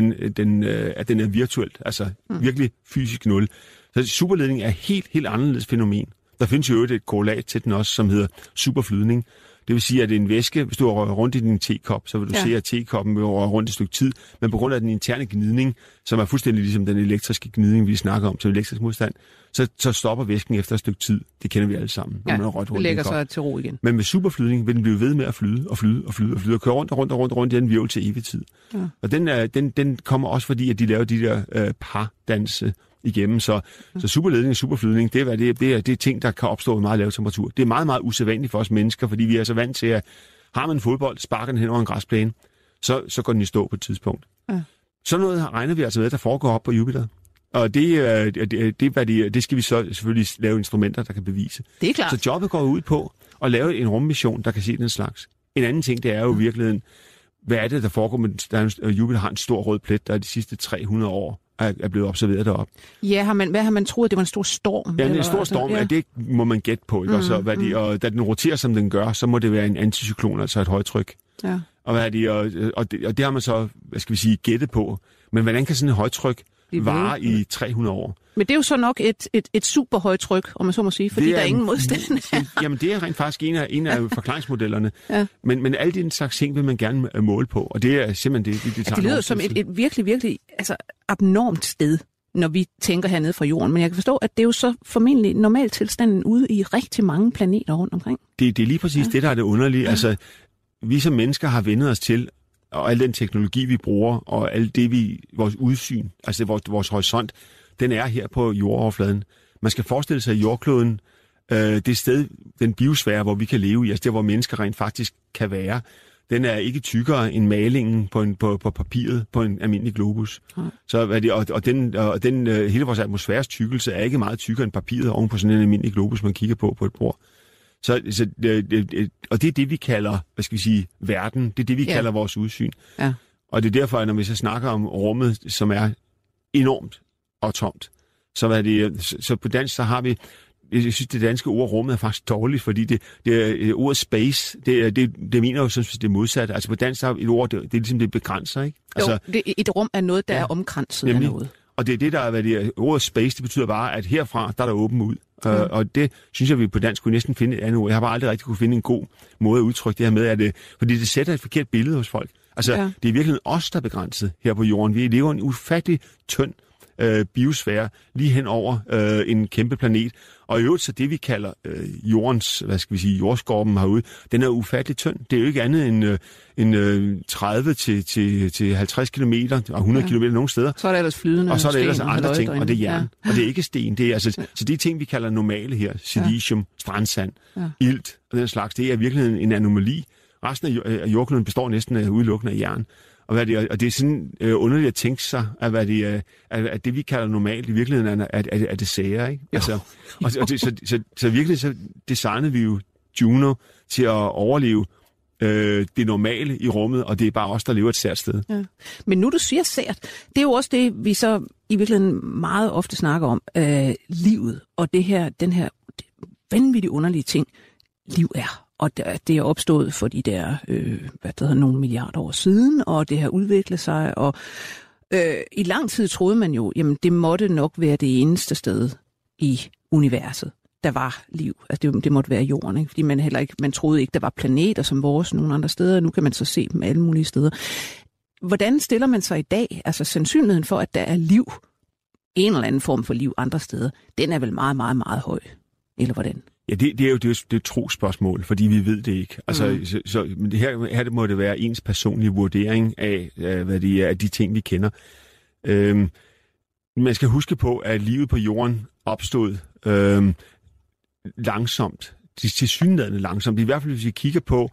er virtuelt, altså virkelig fysisk 0. Så superledning er helt anderledes fænomen. Der findes jo et korrelat til den også, som hedder superflydning. Det vil sige, at en væske, hvis du rører rundt i din tekop, så vil du se, at tekoppen vil røre rundt et stykke tid, men på grund af den interne gnidning, som er fuldstændig ligesom den elektriske gnidning, vi snakker om til elektrisk modstand, så stopper væsken efter et stykke tid. Det kender vi alle sammen. Ja, det lægger sig til ro igen. Men med superflydning vil den blive ved med at flyde og køre rundt i den virvel til evig tid. Ja. Og den kommer også fordi, at de laver de der pardanse igennem. Så superledning og superflydning, det er ting, der kan opstå ved meget lav temperatur. Det er meget, meget usædvanligt for os mennesker, fordi vi er så vant til, at har man en fodbold, sparker den hen over en græsplæne, så går den i stå på et tidspunkt. Ja. Sådan noget regner vi altså med, der foregår op på Jupiter. Og det skal vi så selvfølgelig lave instrumenter, der kan bevise. Det er klart. Så jobbet går ud på at lave en rummission, der kan se den slags. En anden ting, det er jo i virkeligheden, hvad er det, der foregår med Jupiter har en stor rød plet, der de sidste 300 år er blevet observeret deroppe. Ja, hvad har man troet, det var en stor storm? Ja, en stor storm, ja. Det må man gætte på. Ikke? Og da den roterer, som den gør, så må det være en anticyklon, altså et højtryk. Ja. Og det har man så, gættet på. Men hvordan kan sådan et højtryk vare i 300 år? Men det er jo så nok et super højtryk, om man så må sige, fordi der er ingen modstand. Jamen, det er rent faktisk en af forklaringsmodellerne. Ja. Men alle de slags ting vil man gerne måle på, og det er simpelthen det tager. Det lyder som et virkelig, virkelig abnormt sted, når vi tænker hernede fra jorden. Men jeg kan forstå, at det er jo så formentlig normaltilstanden ude i rigtig mange planeter rundt omkring. Det er lige præcis det, der er det underlige. Ja. Altså, vi som mennesker har vendet os til, og al den teknologi, vi bruger, og alt det, vores udsyn, altså vores horisont, den er her på jordoverfladen. Man skal forestille sig, at jordkloden, det sted, den biosfære, hvor vi kan leve i, altså der, hvor mennesker rent faktisk kan være, den er ikke tykkere end malingen på papiret på en almindelig globus. Så hele vores atmosfæres tykkelse er ikke meget tykkere end papiret oven på sådan en almindelig globus, man kigger på et bord. Og det er det, vi kalder, verden. Det er det, vi kalder vores udsyn. Ja. Og det er derfor, at når vi så snakker om rummet, som er enormt og tomt, så på dansk, så har vi, jeg synes, det danske ord rummet er faktisk dårligt, fordi det ordet space, det mener jo sådan, det er modsat. Altså på dansk, så har vi et ord, det er ligesom, det begrænser, ikke? Altså, et rum er noget, der er omkranset af noget. Og det er det, der er, ordet space, det betyder bare, at herfra, der er der åben ud. Og det synes jeg, vi på dansk kunne næsten finde et andet ord. Jeg har bare aldrig rigtig kunne finde en god måde at udtrykke det her med, fordi det sætter et forkert billede hos folk. Altså, det er virkelig os, der er begrænset her på jorden. Vi lever en ufattelig tynd biosfære lige hen over en kæmpe planet. Og i øvrigt så det, vi kalder jordens, jordskorpen herude, den er ufattelig tynd. Det er jo ikke andet end 30 til 50 kilometer og 100 kilometer nogle steder. Så er der ellers flydende. Og så er der ellers andre ting, og det er jern. Og det er ikke sten. Det er altså, så de ting, vi kalder normale her, silicium, strandsand, ilt og den slags, det er virkelig en anomali. Resten af jordkloden består næsten udelukkende af jern. Og det er sådan underligt at tænke sig, at det vi kalder normalt i virkeligheden er det sære, ikke? Altså, så virkelig så designede vi jo Juno til at overleve det normale i rummet, og det er bare os, der lever et sært sted. Ja. Men nu du siger sært, det er jo også det, vi så i virkeligheden meget ofte snakker om, livet, og den her vanvittigt underlige ting, liv er. Og det er opstået for de der, nogle milliarder år siden, og det har udviklet sig, og i lang tid troede man jo, jamen det måtte nok være det eneste sted i universet, der var liv. Altså det måtte være jorden, ikke? Fordi man troede ikke, der var planeter som vores nogle andre steder, og nu kan man så se dem alle mulige steder. Hvordan stiller man sig i dag? Altså sandsynligheden for, at der er liv, en eller anden form for liv andre steder, den er vel meget, meget, meget høj. Eller hvordan? Ja, det er jo et trospørgsmål, fordi vi ved det ikke. Altså, men her må det være ens personlige vurdering af, hvad det er, af de ting, vi kender. Man skal huske på, at livet på jorden opstod langsomt. Tilsyneladende langsomt. I hvert fald, hvis vi kigger på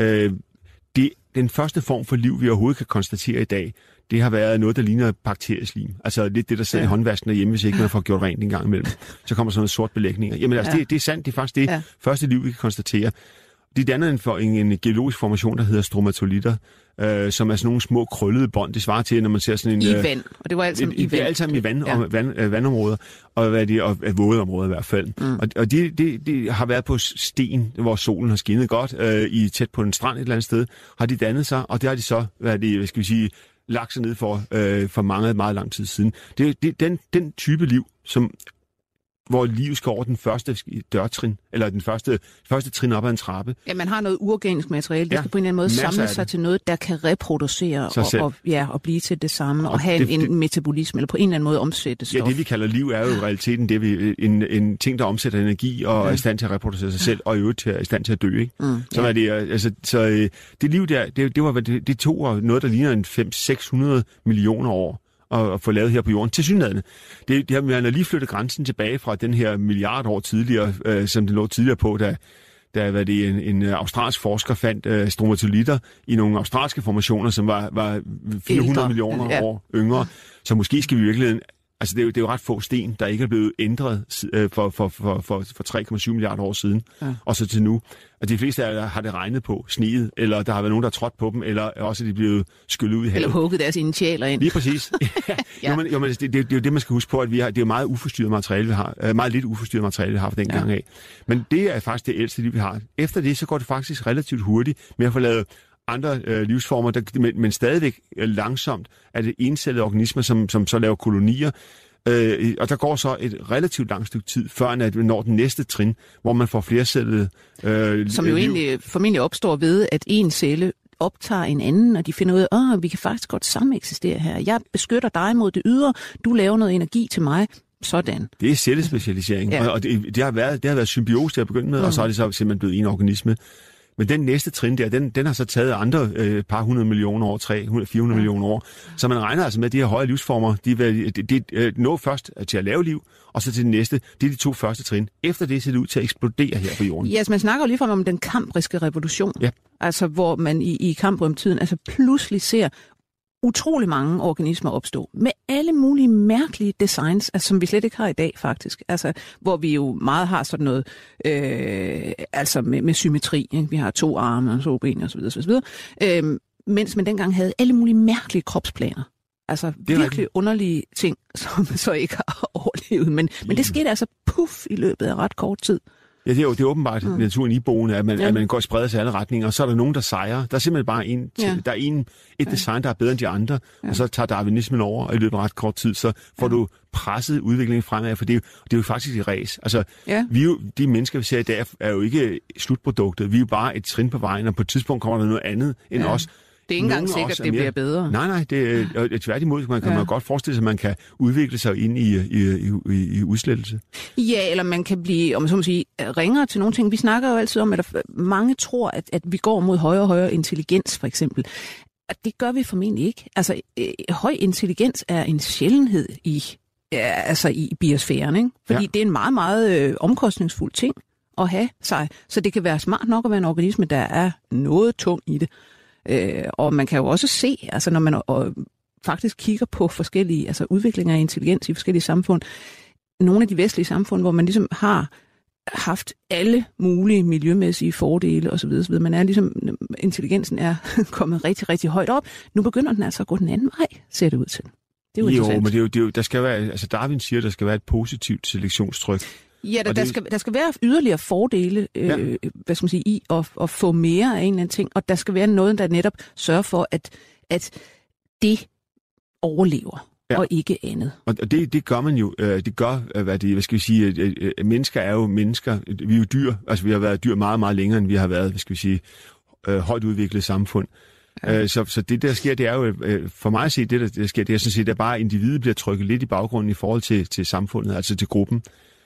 den første form for liv, vi overhovedet kan konstatere i dag, det har været noget, der ligner bakterieslim. Altså lidt det, der sidder i håndvasken derhjemme, hvis ikke man får gjort rent en gang imellem. Så kommer sådan noget sort belægninger. Jamen altså, det er sandt. Det er faktisk det første liv, vi kan konstatere. Det er dannet en geologisk formation, der hedder stromatolitter, som er sådan nogle små krøllede bånd. Det svarer til, når man ser sådan en... I vand. Og det var alt sammen i vand. Det er alt sammen i vandområder, og våde områder i hvert fald. Og de har været på sten, hvor solen har skinnet godt, tæt på en strand et eller andet sted, har de dannet sig, og det har de så, lagt sig ned for meget, meget lang tid siden. Det er den type liv, hvor livet skal over den første dørtrin, eller den første trin op ad en trappe. Ja, man har noget uorganisk materiale, det skal på en eller anden måde samle sig til noget, der kan reproducere og blive til det samme, og have en metabolisme, eller på en eller anden måde omsætte stof. Ja, det vi kalder liv er jo i realiteten en ting, der omsætter energi og er i stand til at reproducere sig selv, og i øvrigt er i stand til at dø, ikke? Så er det, det liv der, det tog noget, der ligner en 500-600 millioner år at få lavet her på jorden. Tilsyneladende. Man har lige flyttet grænsen tilbage fra den her milliard år tidligere, som det lå tidligere på, da en australsk forsker fandt stromatolitter i nogle australske formationer, som var 400 millioner år yngre. Så måske skal vi i virkeligheden... Altså, det er jo ret få sten, der ikke er blevet ændret for 3,7 milliarder år siden, og så til nu. Og de fleste af jer har det regnet på, sneet, eller der har været nogen, der har trådt på dem, eller også er de blevet skyllet ud i havet. Eller hugget deres initialer ind. Lige præcis. Det er jo det, man skal huske på, at det er jo meget uforstyrret materiale, vi har. Meget lidt uforstyrret materiale, vi har fra den gang af. Men det er faktisk det ældste liv, vi har. Efter det, så går det faktisk relativt hurtigt med at få lavet andre livsformer, men stadigvæk langsomt er det encellede organismer, som så laver kolonier. Og der går så et relativt langt stykke tid, før at vi når den næste trin, hvor man får flercellede som jo egentlig formentlig opstår ved, at en celle optager en anden, og de finder ud af, vi kan faktisk godt sameksistere her. Jeg beskytter dig mod det ydre, du laver noget energi til mig. Sådan. Det er cellespecialisering, og det har været symbiose til at begynde med, og så er det så simpelthen blevet en organisme. Men den næste trin der, den har så taget andre par 100 millioner år, 300-400 millioner år. Så man regner altså med, at de her høje livsformer, de når først til at lave liv, og så til det næste, det er de 2 første trin. Efter det ser det ud til at eksplodere her på jorden. Ja, altså man snakker jo ligefrem om den kambriske revolution. Ja. Altså hvor man i Kambrium-tiden altså pludselig ser utrolig mange organismer opstå, med alle mulige mærkelige designs, altså, som vi slet ikke har i dag faktisk. Altså, hvor vi jo meget har sådan noget, altså med symmetri. Ikke? Vi har 2 arme og 2 ben osv. Mens man dengang havde alle mulige mærkelige kropsplaner. Altså virkelig underlige ting, som så ikke har overlevet. Men det skete altså i løbet af ret kort tid. Ja, det er åbenbart naturen iboende, at man går og spreder sig i alle retninger, og så er der nogen, der sejrer. Der er simpelthen bare der er et design, der er bedre end de andre, og så tager darwinismen over, og i løbet af ret kort tid, så får du presset udviklingen fremad, for det er jo faktisk et ræs. Altså, de mennesker, vi ser i dag, er jo ikke slutproduktet. Vi er jo bare et trin på vejen, og på et tidspunkt kommer der noget andet end os. Det er ikke engang sikkert, at det bliver bedre. Nej, det er tværtimod. Man kan godt forestille sig, at man kan udvikle sig ind i udslettelse. Ja, eller man kan blive, om så må sige, ringere til nogle ting. Vi snakker jo altid om, at mange tror, at vi går mod højere og højere intelligens, for eksempel. Og det gør vi formentlig ikke. Altså, høj intelligens er en sjældenhed i biosfæren, ikke? Fordi det er en meget, meget omkostningsfuld ting at have sig. Så det kan være smart nok at være en organisme, der er noget tung i det. Og man kan jo også se, altså når man faktisk kigger på forskellige udviklinger af intelligens i forskellige samfund, nogle af de vestlige samfund, hvor man ligesom har haft alle mulige miljømæssige fordele osv. Man er ligesom, intelligensen er kommet rigtig, rigtig højt op. Nu begynder den altså at gå den anden vej, ser det ud til. Det er jo interessant. Men det er jo, der skal være, altså Darwin siger, at der skal være et positivt selektionstryk. Ja, der skal være yderligere fordele hvad skal man sige, i at få mere af en eller anden ting, og der skal være noget, der netop sørger for, at det overlever, og ikke andet. Og det gør man jo. Det gør, hvad skal vi sige, mennesker er jo mennesker. Vi er jo dyr. Altså, vi har været dyr meget, meget længere, end vi har været, hvad skal vi sige, højt udviklet samfund. Ja. Så det, der sker, det er jo, for mig at se, det der sker, det er sådan set, at bare individet bliver trykket lidt i baggrunden i forhold til samfundet, altså til gruppen.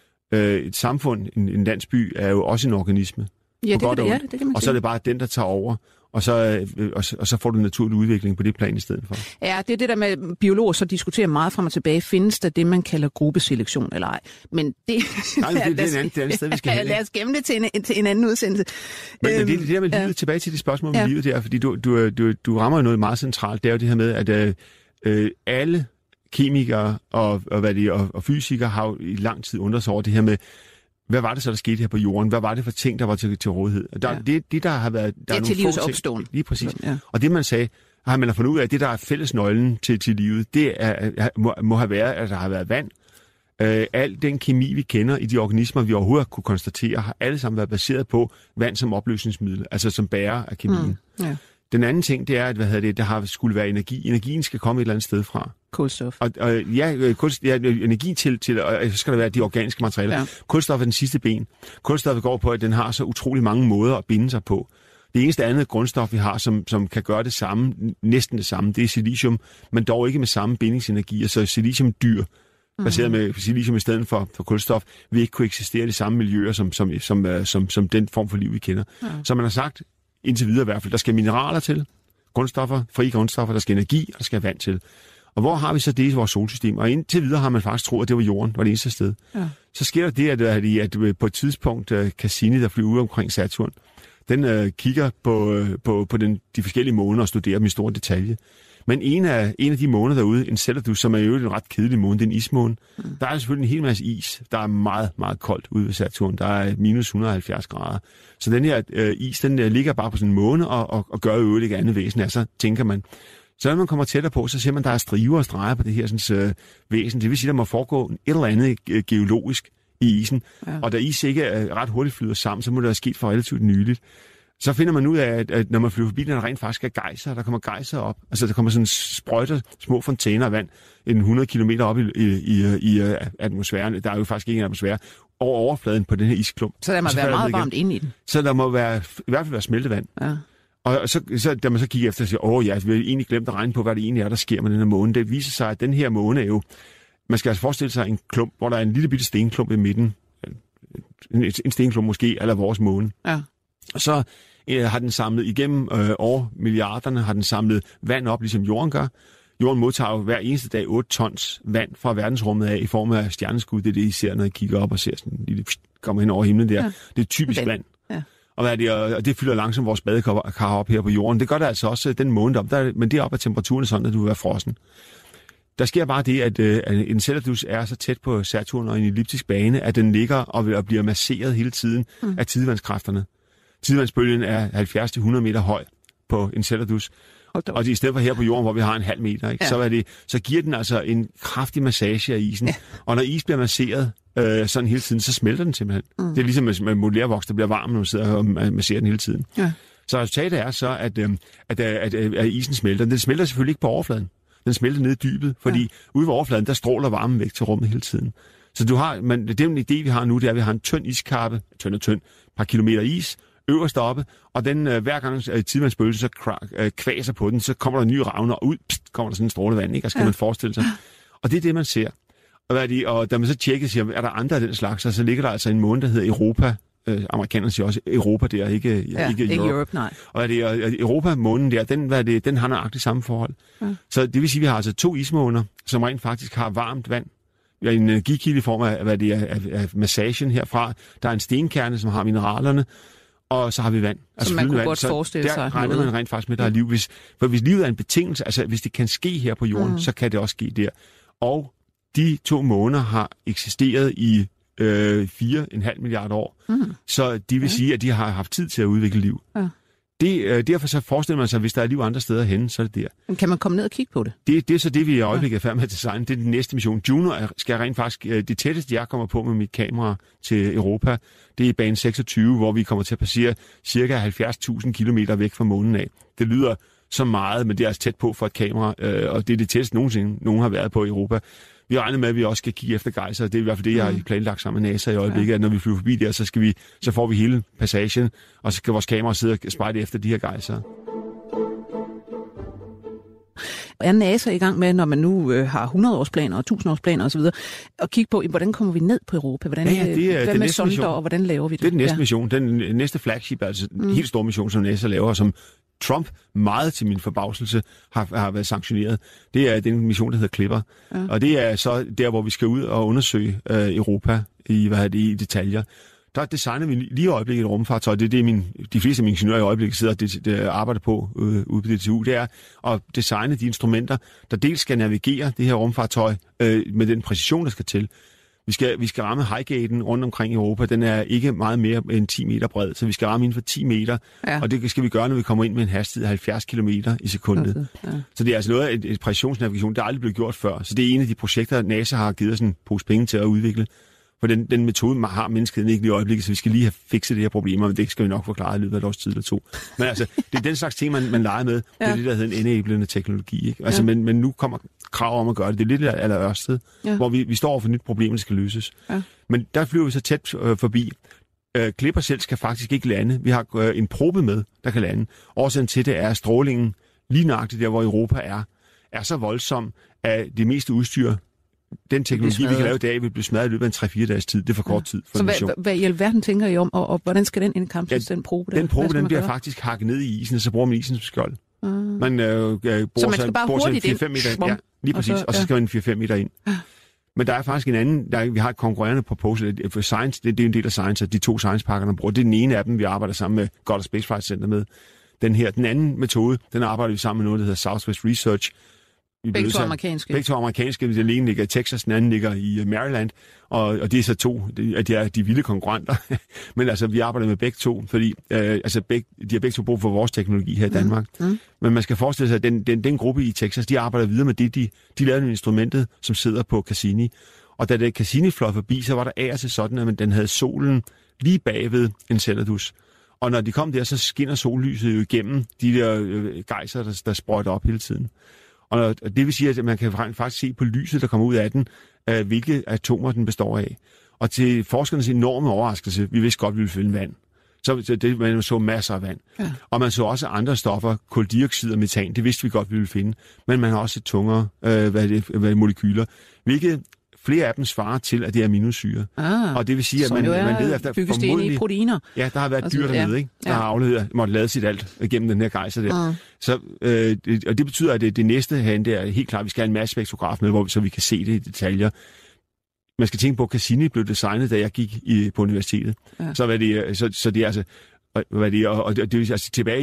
Et samfund, en landsby, er jo også en organisme. Ja, det kan man sige. Og så er det bare den, der tager over, og så får du naturlig udvikling på det plan i stedet for. Ja, det er det der med biologer, så diskuterer meget frem og tilbage. Findes der det, man kalder gruppeselektion eller ej? Men det... Nej, det er et andet sted, vi skal hen. Lad os gemme det til en anden udsendelse. Men det der med livet, tilbage til det spørgsmål med livet der, fordi du rammer jo noget meget centralt. Det er jo det her med, at alle kemikere og fysikere har jo i lang tid undret sig over det her med, hvad var det så, der skete her på jorden? Hvad var det for ting, der var til rådighed? Der har været... Der det er til livets opståen. Lige præcis. Ja. Og det, man sagde, har man fundet ud af, at det, der er fællesnøglen til livet, det må have været, at der har været vand. Al den kemi, vi kender i de organismer, vi overhovedet kunne konstatere, har alle sammen været baseret på vand som opløsningsmiddel, altså som bærer af kemien. Ja. Den anden ting, det er, at der har skulle være energi. Energien skal komme et eller andet sted fra. Kulstof. Energi til, og så skal der være de organiske materialer. Ja. Kulstof er den sidste ben. Kulstoffet går på, at den har så utrolig mange måder at binde sig på. Det eneste andet grundstof, vi har, som kan gøre det samme, næsten det samme, det er silicium, men dog ikke med samme bindingsenergi. Altså siliciumdyr, baseret med silicium i stedet for kulstof, vil ikke kunne eksistere i de samme miljøer, som den form for liv, vi kender. Ja. Så man har sagt, indtil videre i hvert fald, der skal mineraler til, grundstoffer, frie grundstoffer, der skal energi, og der skal vand til. Og hvor har vi så det i vores solsystem? Og indtil videre har man faktisk troet, at det var jorden, det var det eneste sted. Ja. Så sker der det, at på et tidspunkt Cassini, der flyver ud omkring Saturn, den kigger på de forskellige måner og studerer dem i store detalje. Men en af de måner derude, Enceladus, som er jo en ret kedelig måne, den ismåne, der er selvfølgelig en hel masse is. Der er meget, meget koldt ude ved Saturn. Der er minus 170 grader. Så den her is, den ligger bare på sådan en måne og gør jo ikke andet væsen af sig, tænker man. Så når man kommer tættere på, så ser man, at der er striver og streger på det her sådan, væsen. Det vil sige, at der må foregå et eller andet geologisk i isen. Ja. Og da is ikke ret hurtigt flyder sammen, så må det have sket for relativt nyligt. Så finder man ud af, at når man flyver forbi, der rent faktisk er gejser. Der kommer gejser op. Altså, der kommer sådan sprøjter, små fontæner af vand, 100 kilometer op i atmosfæren. Der er jo faktisk ikke en atmosfære over overfladen på den her isklump. Så der må være meget varmt inde i den. Så der må i hvert fald være smeltevand. Ja. Og så da man så kigger efter og siger, vi har egentlig glemt at regne på, hvad det egentlig er, der sker med den her måne. Det viser sig, at den her måne er jo... Man skal altså forestille sig en klump, hvor der er en lille bitte stenklump i midten. En stenklump måske, eller vores måne. Ja. Og så har den samlet igennem milliarderne, har den samlet vand op, ligesom jorden gør. Jorden modtager jo hver eneste dag 8 tons vand fra verdensrummet af i form af stjerneskud. Det er det, I ser, når I kigger op og ser sådan en lille kommer hen over himlen der. Ja. Det er typisk vand. Ja. Og det fylder langsomt vores badekar op her på jorden. Det gør det altså også den måned op. Men deroppe er temperaturen sådan, at du vil være frossen. Der sker bare det, at Enceladus er så tæt på Saturn og en elliptisk bane, at den ligger og bliver masseret hele tiden af tidevandskræfterne. Tidevandsbølgen er 70-100 meter høj på Enceladus. Og i stedet for her på jorden, hvor vi har en halv meter, ikke? Ja. Så giver den altså en kraftig massage af isen. Ja. Og når is bliver masseret sådan hele tiden, så smelter den simpelthen. Det er ligesom med modulærvoks, der bliver varm, når man sidder og masserer den hele tiden. Ja. Så resultatet er så, at isen smelter. Den smelter selvfølgelig ikke på overfladen. Den smelter ned i dybet, fordi ude ved overfladen, der stråler varmen væk til rummet hele tiden. Så det er en idé, vi har nu, det er, at vi har en tynd iskappe, tynd, par kilometer is, øverst oppe, og den hver gang tidevandsbølge så kvaser på den, så kommer der en ny ravne, og ud kommer der sådan en stråle vand, ikke? Og skal man forestille sig. Og det er det, man ser. Og da man så tjekker, siger, er der andre af den slags, så ligger der altså en måne, der hedder Europa. Amerikanerne siger også Europa der, ikke Europe. Nej. Og Europa-månen der, den har nøjagtigt samme forhold. Ja. Så det vil sige, at vi har altså 2 ismåner, som rent faktisk har varmt vand. Vi har en energikilde i form af massagen herfra. Der er en stenkerne, som har mineralerne, og så har vi vand. Altså man kunne godt forestille sig. Der regner man rent faktisk med, der er liv. For hvis livet er en betingelse, altså hvis det kan ske her på jorden, så kan det også ske der. Og de 2 måner har eksisteret i 4,5 milliarder år. Så de vil sige, at de har haft tid til at udvikle liv. Ja. Derfor så forestiller man sig, at hvis der er liv andre steder henne, så er det der. Men kan man komme ned og kigge på det? Det er så det, vi i øjeblikket er færdig med at designe. Det er den næste mission. Juno skal rent faktisk, det tætteste jeg kommer på med mit kamera til Europa, det er bane 26, hvor vi kommer til at passere cirka 70.000 kilometer væk fra månen af. Det lyder så meget, men det er altså tæt på for et kamera, og det er det tætteste nogensinde nogen har været på i Europa. Vi regner med, at vi også skal kigge efter gejser. Det er i hvert fald det, jeg har planlagt sammen med NASA i øjeblikket, at når vi flyver forbi der, så får vi hele passagen, og så skal vores kamera sidde og spejde efter de her gejser. Er NASA i gang med, når man nu har 100-årsplaner og 1000-årsplaner osv., at kigge på, hvordan kommer vi ned på Europa? Hvad med sonder, og hvordan laver vi det? Det er den næste mission. Den næste flagship, altså en helt stor mission, som NASA laver, som Trump meget til min forbavselse har været sanktioneret. Det er den mission, der hedder Clipper. Ja. Og det er så der, hvor vi skal ud og undersøge Europa i detaljer. Der designer vi lige i øjeblikket et rumfartøj. Det er det, de fleste af mine ingeniører i øjeblikket sidder og arbejder på ude på DTU. Det er at designe de instrumenter, der dels skal navigere det her rumfartøj med den præcision, der skal til. Vi skal ramme Highgaten rundt omkring i Europa. Den er ikke meget mere end 10 meter bred, så vi skal ramme inden for 10 meter. Ja. Og det skal vi gøre, når vi kommer ind med en hastighed af 70 km i sekundet. Okay. Ja. Så det er altså noget af et præcisionsnavigation, der aldrig blevet gjort før. Så det er en af de projekter, NASA har givet os en pose penge til at udvikle. For den metode har menneskeheden ikke i øjeblikket, så vi skal lige have fikset det her problemer, men det skal vi nok forklare i løbet af et års tid eller 2. Men altså, det er den slags ting, man leger med. Det er det, der hedder en enablende teknologi. Ikke? Altså, men nu kommer krav om at gøre det. Det er lidt af Ørsted, hvor vi står over for et nyt problem, der skal løses. Ja. Men der flyver vi så tæt forbi. Clipper selv skal faktisk ikke lande. Vi har en probe med, der kan lande. Årsagen til det er, at strålingen lige nøjagtigt der, hvor Europa er så voldsom, at det meste udstyr, den teknologi, vi kan lave i dag, vil blive smadret i løbet af en 3-4 dages tid. Det er for kort tid for en mission. Hvad i alverden tænker I om, og hvordan skal den indkampes, den probe der? Den probe, den bliver faktisk hakket ned i isen, og så bruger man isen som skjold. Man så man skal bare hurtigt ind? 4-5 meter, ja, lige præcis. Og så skal man 4-5 meter ind. Men der er faktisk en anden, vi har et konkurrerende proposal for Science, det er en del af Science, og de 2 Science-pakkerne bruger. Det er den ene af dem, vi arbejder sammen med Goddard Space Flight Center med. Den anden metode, den arbejder vi sammen med noget, der hedder Southwest Research. Begge to amerikanske. Den ene ligger i Texas, den anden ligger i Maryland, og det er så 2 af de vilde konkurrenter. Men altså, vi arbejder med begge 2, fordi de har begge 2 brug for vores teknologi her i Danmark. Men man skal forestille sig, at den gruppe i Texas, de arbejder videre med det, de lavede instrumentet, som sidder på Cassini. Og da det Cassini fløj forbi, så var der af til sådan, at den havde solen lige bagved Enceladus. Og når de kom der, så skinner sollyset jo igennem de der gejser, der sprøjter op hele tiden. Og det vil sige, at man kan faktisk se på lyset, der kommer ud af den, hvilke atomer den består af. Og til forskernes enorme overraskelse, vi vidste godt, at vi ville finde vand. Så man så masser af vand. Ja. Og man så også andre stoffer, kuldioxid og metan, det vidste vi godt, vi ville finde. Men man har også tungere molekyler, hvilket flere af dem svarer til, at det er aminosyre. Og det vil sige, at man ved efter formodentlig i proteiner. Ja, der har været dyr dernede, ikke? Der har afledt, måtte lade sit alt gennem den her gejser der. Så, og det betyder, at det næste herinde der er helt klart, at vi skal have en masse spektrograf med, så vi kan se det i detaljer. Man skal tænke på, at Cassini blev designet, da jeg gik på universitetet. Ja. Så det er altså... Og det vil altså tilbage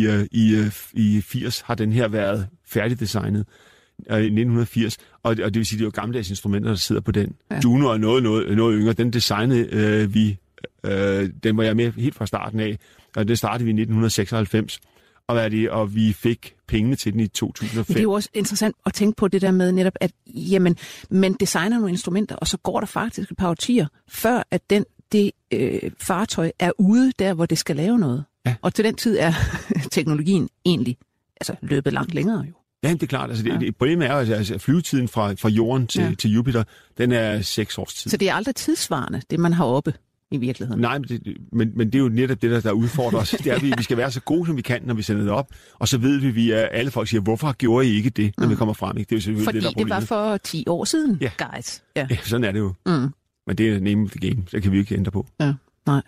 i 80 har den her været færdigdesignet. I 1980, og det vil sige, det er jo gammeldags instrumenter, der sidder på den. Ja. Juno er noget yngre. Den designede vi, den var jeg med helt fra starten af, og det startede vi i 1996, og vi fik pengene til den i 2005. Men det er jo også interessant at tænke på det der med netop, at jamen, man designer nogle instrumenter, og så går der faktisk et par årtier, før at det fartøj er ude der, hvor det skal lave noget. Ja. Og til den tid er teknologien egentlig løbet langt længere jo. Ja, det er klart. Altså, det problemet er jo, at flyvetiden fra Jorden til Jupiter, den er 6 års tid. Så det er aldrig tidsvarende, det man har oppe? i virkeligheden. Nej, men det er jo netop det, der udfordrer os. Det er, at vi skal være så gode, som vi kan, når vi sender det op. Og så ved vi at alle folk siger, hvorfor gjorde I ikke det, når vi kommer frem? Ikke? Det er jo selvfølgelig fordi det, der er problemet. det var for 10 år siden, guys. Ja, sådan er det jo. Men det er name of the game, så kan vi ikke ændre på. Ja, nej.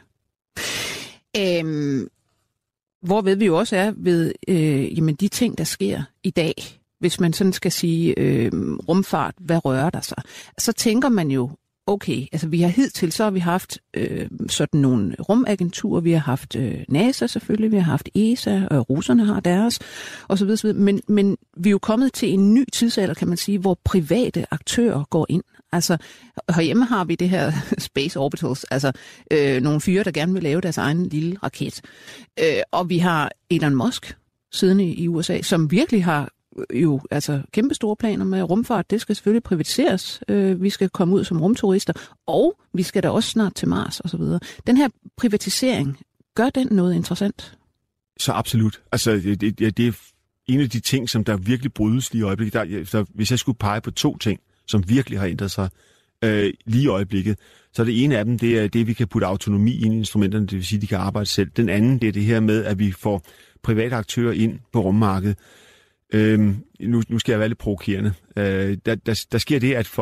Hvor ved vi jo også er ved jamen de ting, der sker i dag, hvis man sådan skal sige rumfart, hvad rører der sig? Så tænker man jo, okay, altså vi har hidtil, så har vi haft sådan nogle rumagenturer, vi har haft NASA selvfølgelig, vi har haft ESA, og russerne har deres, og så videre. Men vi er jo kommet til en ny tidsalder, kan man sige, hvor private aktører går ind. Altså herhjemme har vi det her Space Orbitals, altså nogle fyre, der gerne vil lave deres egen lille raket. Og vi har Elon Musk siddende i USA, som virkelig har jo altså kæmpe store planer med rumfart. Det skal selvfølgelig privatiseres. Vi skal komme ud som rumturister, og vi skal da også snart til Mars og så videre. Den her privatisering, gør den noget interessant? Så absolut. Altså det er en af de ting, som der virkelig brydes lige i øjeblikket. Hvis jeg skulle pege på 2 ting, som virkelig har ændret sig lige i øjeblikket, så det ene af dem, det er det, vi kan putte autonomi ind i instrumenterne, det vil sige, de kan arbejde selv. Den anden, det er det her med, at vi får private aktører ind på rummarkedet. Nu skal jeg være lidt provokerende. Der sker det, at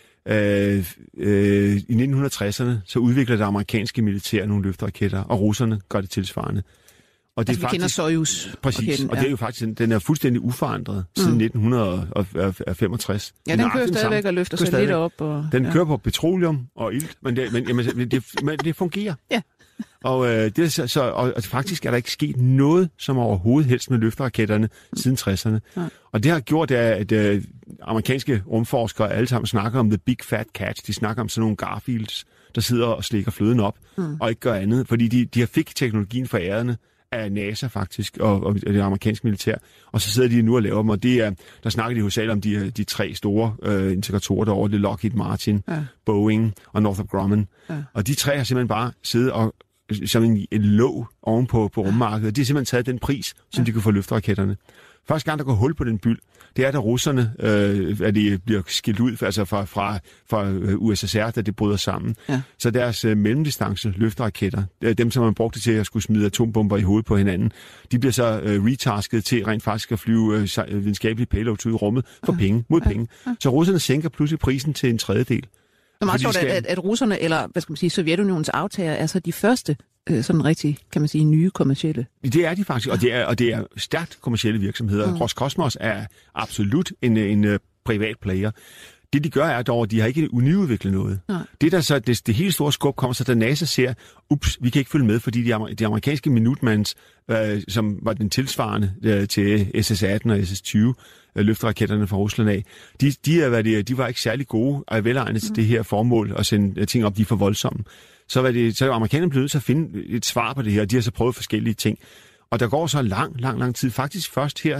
i 1960'erne, så udvikler det amerikanske militær nogle løfteraketter, og russerne gør det tilsvarende. Og det altså, vi kender Soyuz. Præcis, og det er jo faktisk, den er fuldstændig uforandret siden 1965. Ja, den kører stadigvæk og løfter sig lidt op. Den kører på petroleum og ilt, men det fungerer. Ja. Og faktisk er der ikke sket noget, som overhovedet helst med løfteraketterne siden 60'erne. Ja. Og det har gjort, at amerikanske rumforskere alle sammen snakker om the big fat catch. De snakker om sådan nogle Garfields, der sidder og slikker fløden op og ikke gør andet. Fordi de har fik teknologien fra ærerne af NASA faktisk, og det amerikanske militær. Og så sidder de nu og laver dem, og der snakker de hovedsageligt om de 3 store integratorer derovre, det er Lockheed Martin, Boeing og Northrop Grumman. Ja. Og de 3 har simpelthen bare siddet og som en låg ovenpå på rummarkedet. De har simpelthen taget den pris, som de kunne få løfteraketterne. Første gang, der går hul på den byld, det er, da russerne at de bliver skilt ud altså fra USSR, da det bryder sammen. Ja. Så deres mellemdistance løfteraketter, dem som man brugte til at skulle smide atombomber i hovedet på hinanden, de bliver så retasket til rent faktisk at flyve videnskabelige payloads ud i rummet for penge, mod penge. Så russerne sænker pludselig prisen til en tredjedel. Det er meget sjovt, at russerne, eller hvad skal man sige, Sovjetunionens aftager, er så de første sådan rigtig, kan man sige, nye kommercielle. Det er de faktisk, og det er stærkt kommercielle virksomheder. Roscosmos er absolut en privat player. Det de gør er dog, at de har ikke nyudviklet noget. Nej. Det der så det helt store skub kommer så, da NASA ser, vi kan ikke følge med, fordi de amerikanske Minutemans, som var den tilsvarende til SS-18 og SS-20, løfteraketterne fra Rusland af, de var ikke særlig gode og velegnet til det her formål at sende ting op, de er for voldsomme. Så er amerikanerne blevet nødt til at finde et svar på det her, og de har så prøvet forskellige ting. Og der går så lang tid. Faktisk først her,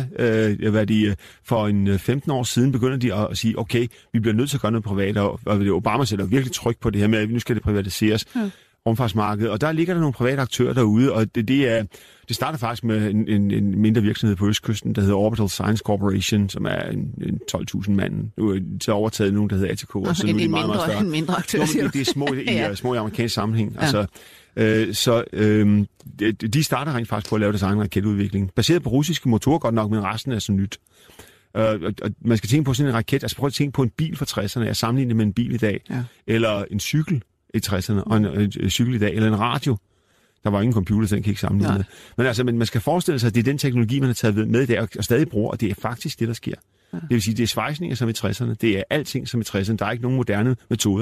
for en 15 år siden, begynder de at sige, okay, vi bliver nødt til at gøre noget privat, og Obama sætter virkelig tryk på det her med, at nu skal det privatiseres, rumfartsmarkedet. Og der ligger der nogle private aktører derude, og det starter faktisk med en mindre virksomhed på Østkysten, der hedder Orbital Science Corporation, som er en 12.000 mand. Nu er de overtaget nogen, der hedder ATK, og så nu er de meget større. En mindre aktør. Det er små i amerikansk sammenhæng. Ja. Altså, de starter rent faktisk på at lave deres egen raketudvikling. Baseret på russiske motorer godt nok, men resten er så nyt. Og man skal tænke på sådan en raket, altså prøv at tænke på en bil fra 60'erne, jeg sammenligner med en bil i dag, eller en cykel i 60'erne, og en cykel i dag, eller en radio. Der var ingen computer, så den kan ikke sammenligne det. Men man skal forestille sig, at det er den teknologi, man har taget med i dag, og stadig bruger, og det er faktisk det, der sker. Ja. Det vil sige, det er svejsninger som i 60'erne, det er alting som i 60'erne, der er ikke nogen moderne metoder.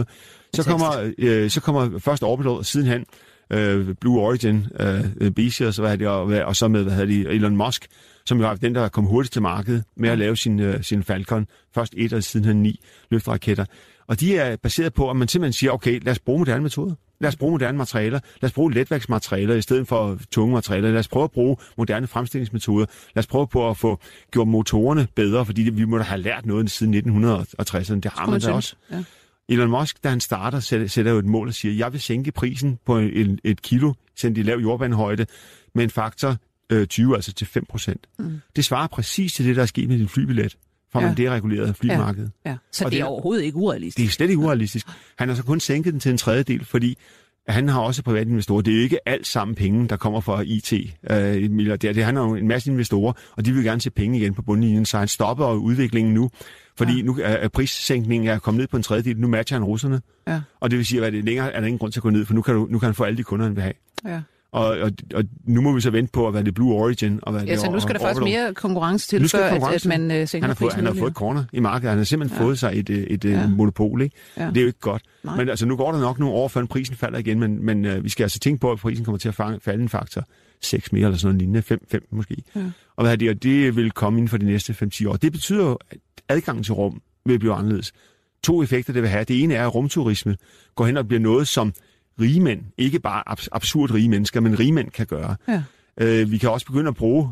Så kommer først Orbital, sidenhen Blue Origin, Beechey, og så med Elon Musk, som jo er den, der kom hurtigt til markedet med at lave sin Falcon. Først 1 og sidenhen 9 løfteraketter. Og de er baseret på, at man simpelthen siger, okay, lad os bruge moderne metoder. Lad os bruge moderne materialer. Lad os bruge letvægtsmaterialer i stedet for tunge materialer. Lad os prøve at bruge moderne fremstillingsmetoder. Lad os prøve på at få gjort motorerne bedre, fordi vi må da have lært noget siden 1960'erne. Det har man da også. Ja. Elon Musk, da han starter, sætter jo et mål og siger, jeg vil sænke prisen på et kilo, sendt i lav jordbanehøjde, med en faktor 20, altså til 5%. Det svarer præcis til det, der er sket med din flybillet, fra man deregulerede flymarkedet. Ja. Så det er overhovedet ikke urealistisk. Det er slet ikke urealistisk. Han har så kun sænket den til en tredjedel, fordi Han har også private investorer. Det er jo ikke alt sammen penge, der kommer fra IT-milliardær. Det handler om en masse investorer, og de vil gerne se penge igen på bundlinjen, så han stopper udviklingen nu. Fordi nu er prissænkningen er kommet ned på en tredjedel. Nu matcher han russerne. Ja. Og det vil sige, at det længere er der ingen grund til at gå ned, for nu kan han få alle de kunder, han vil have. Ja. Og nu må vi så vente på, at hvad det Blue Origin og hvad det så nu skal der faktisk mere konkurrence til, før at man sænker prisen. Han har fået et corner i markedet. Han har simpelthen fået sig et monopol, ikke? Ja. Det er jo ikke godt. Nej. Men altså, nu går der nok nogle år, før prisen falder igen, men vi skal altså tænke på, at prisen kommer til at falde en faktor 6 mere, eller sådan noget lignende, 5 måske. Ja. Og det vil komme inden for de næste 5-10 år. Det betyder jo, at adgangen til rum vil blive anderledes. 2 effekter, det vil have. Det ene er, at rumturisme går hen og bliver noget, som rige mænd, ikke bare absurd rige mennesker, men rige mænd kan gøre. Ja. Vi kan også begynde at bruge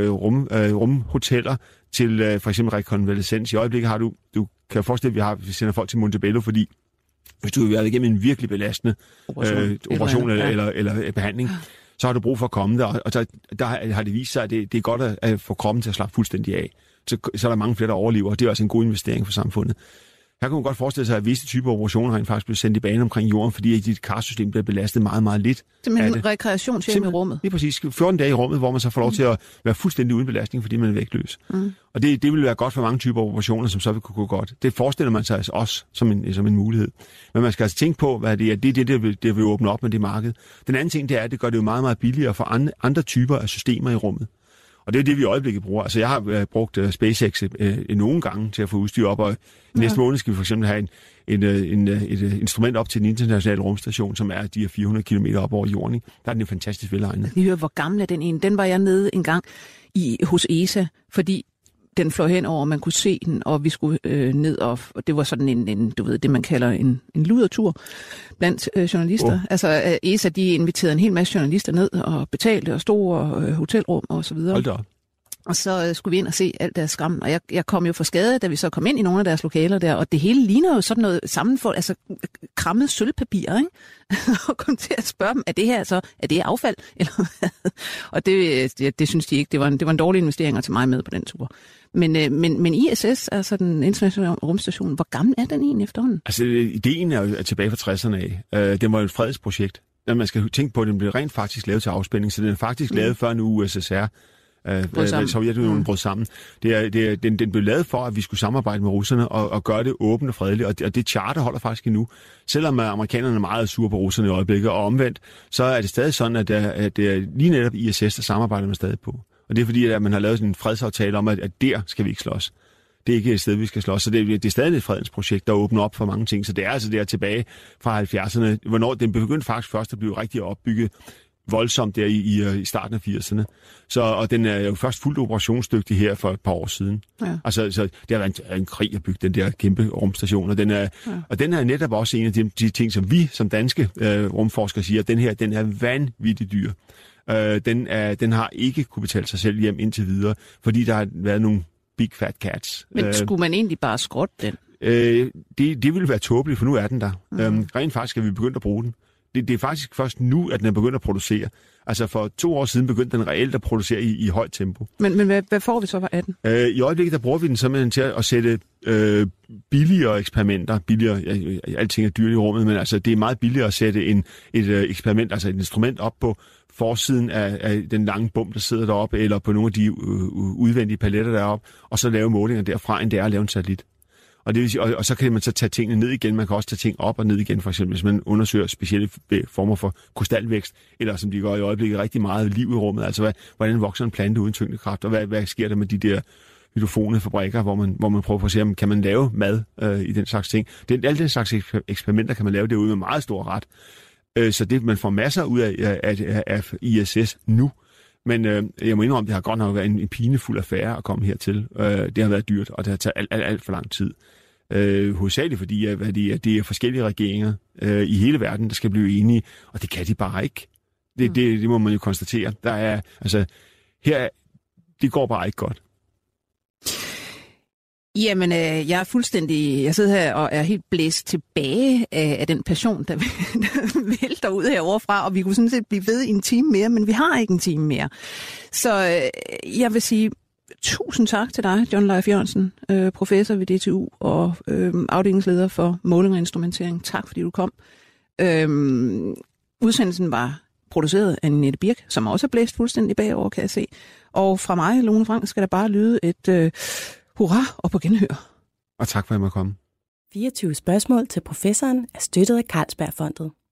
rumhoteller til for eksempel rekonvalescens. I øjeblikket har du kan forestille, at vi sender folk til Montebello, fordi hvis du har været igennem en virkelig belastende operation eller behandling, så har du brug for at komme der, og der har det vist sig, at det er godt at få kroppen til at slappe fuldstændig af. Så er der mange flere, der overlever, og det er også en god investering for samfundet. Her kan man godt forestille sig, at visse typer operationer rent faktisk bliver sendt i bane omkring jorden, fordi dit karsystem bliver belastet meget, meget lidt. Simpelthen rekreationshjem i rummet. Det er præcis. 14 dage i rummet, hvor man så får lov til at være fuldstændig uden belastning, fordi man er vægtløs. Og det vil være godt for mange typer operationer, som så vil kunne gå godt. Det forestiller man sig altså også som en mulighed. Men man skal altså tænke på, hvad det er. Det vil åbne op med det marked. Den anden ting, det er, at det gør det jo meget, meget billigere for andre typer af systemer i rummet. Og det er det, vi i øjeblikket bruger. Altså, jeg har brugt SpaceX nogle gange til at få udstyr op, og næste måned skal vi for eksempel have et instrument op til den internationale rumstation, som er de her 400 kilometer op over jorden. Ikke? Der er den jo fantastisk velegnet. Vi hører, hvor gammel er den ene. Den var jeg nede en gang hos ESA, fordi den fløj hen over, man kunne se den, og vi skulle ned, og det var sådan en du ved, det man kalder en ludertur blandt journalister. Altså ESA, de inviterede en hel masse journalister ned og betalte og store hotelrum og så videre. Hold da op. Og så skulle vi ind og se alt deres skram, og jeg kom jo for skade, da vi så kom ind i nogle af deres lokaler der, og det hele ligner jo sådan noget sammenfald, altså krammet sølvpapir, ikke? Og kom til at spørge dem, er det affald? Eller hvad? Og det synes de ikke, det var en dårlig investering til mig med på den tur. Men ISS, altså den internationale rumstation, hvor gammel er den egentlig efterhånden? Altså ideen er jo tilbage fra 60'erne af. Den var jo et fredsprojekt. Man skal tænke på, at den blev rent faktisk lavet til afspænding, så den er faktisk lavet før nu USSR. Sovjetunionen brød sammen. Den blev lavet for, at vi skulle samarbejde med russerne og gøre det åbent og fredeligt, og det charter holder faktisk endnu. Selvom amerikanerne er meget sure på russerne i øjeblikket, og omvendt, så er det stadig sådan, at det er lige netop ISS, der samarbejder man stadig på. Og det er fordi, at man har lavet sådan en fredsaftale om, at der skal vi ikke slås. Det er ikke et sted, vi skal slås. Så det er stadig et fredensprojekt, der åbner op for mange ting. Så det er altså der tilbage fra 70'erne, hvornår den begyndte faktisk først at blive rigtig opbygget voldsomt der i starten af 80'erne. Og den er jo først fuldt operationsdygtig her for et par år siden. Ja. Altså, så det har været en krig at bygge den der kæmpe rumstation, og den er netop også en af de ting, som vi som danske rumforskere siger, at den er vanvittigt dyr. Den har ikke kunne betale sig selv hjem indtil videre, fordi der har været nogle big fat cats. Men skulle man egentlig bare skrotte den? Det ville være tåbeligt, for nu er den der. Rent faktisk skal vi begynde at bruge den. Det er faktisk først nu, at den er begyndt at producere. Altså for 2 år siden begyndte den reelt at producere i højt tempo. Men hvad får vi så af den? I øjeblikket der bruger vi den simpelthen til at sætte billigere eksperimenter. Alting er dyrt i rummet, men altså det er meget billigere at sætte et eksperiment, altså et instrument op på forsiden af den lange bom, der sidder deroppe, eller på nogle af de udvendige paletter deroppe, og så lave målinger derfra, end det er at lave en satellit. Og, det vil sige, og så kan man så tage tingene ned igen. Man kan også tage ting op og ned igen, for eksempel hvis man undersøger specielle former for krystalvækst, eller som de gør i øjeblikket rigtig meget liv i rummet. Altså hvordan vokser en plante uden tyngdekraft, og hvad sker der med de der hydrofone fabrikker, hvor man prøver at se, om kan man lave mad i den slags ting. Alle den slags eksperimenter kan man lave derude med meget stor ret. Så det man får masser ud af ISS nu. Men jeg må indrømme, det har godt nok været en pinefuld affære at komme hertil. Det har været dyrt, og det har taget alt for lang tid. Hovedsageligt fordi, at det er forskellige regeringer i hele verden, der skal blive enige, og det kan de bare ikke. Det må man jo konstatere. Der er, altså, det går bare ikke godt. Jamen, jeg sidder her og er helt blæst tilbage af den passion, der vælter ud heroverfra, og vi kunne sådan set blive ved i en time mere, men vi har ikke en time mere. Så jeg vil sige tusind tak til dig, John Leif Jørgensen, professor ved DTU og afdelingsleder for måling og instrumentering. Tak fordi du kom. Udsendelsen var produceret af Nette Birk, som også er blæst fuldstændig bagover, kan jeg se. Og fra mig, Lone Frank, skal der bare lyde et hurra og på genhør. Og tak for, at jeg måtte komme. 24 spørgsmål til professoren er støttet af Carlsbergfondet.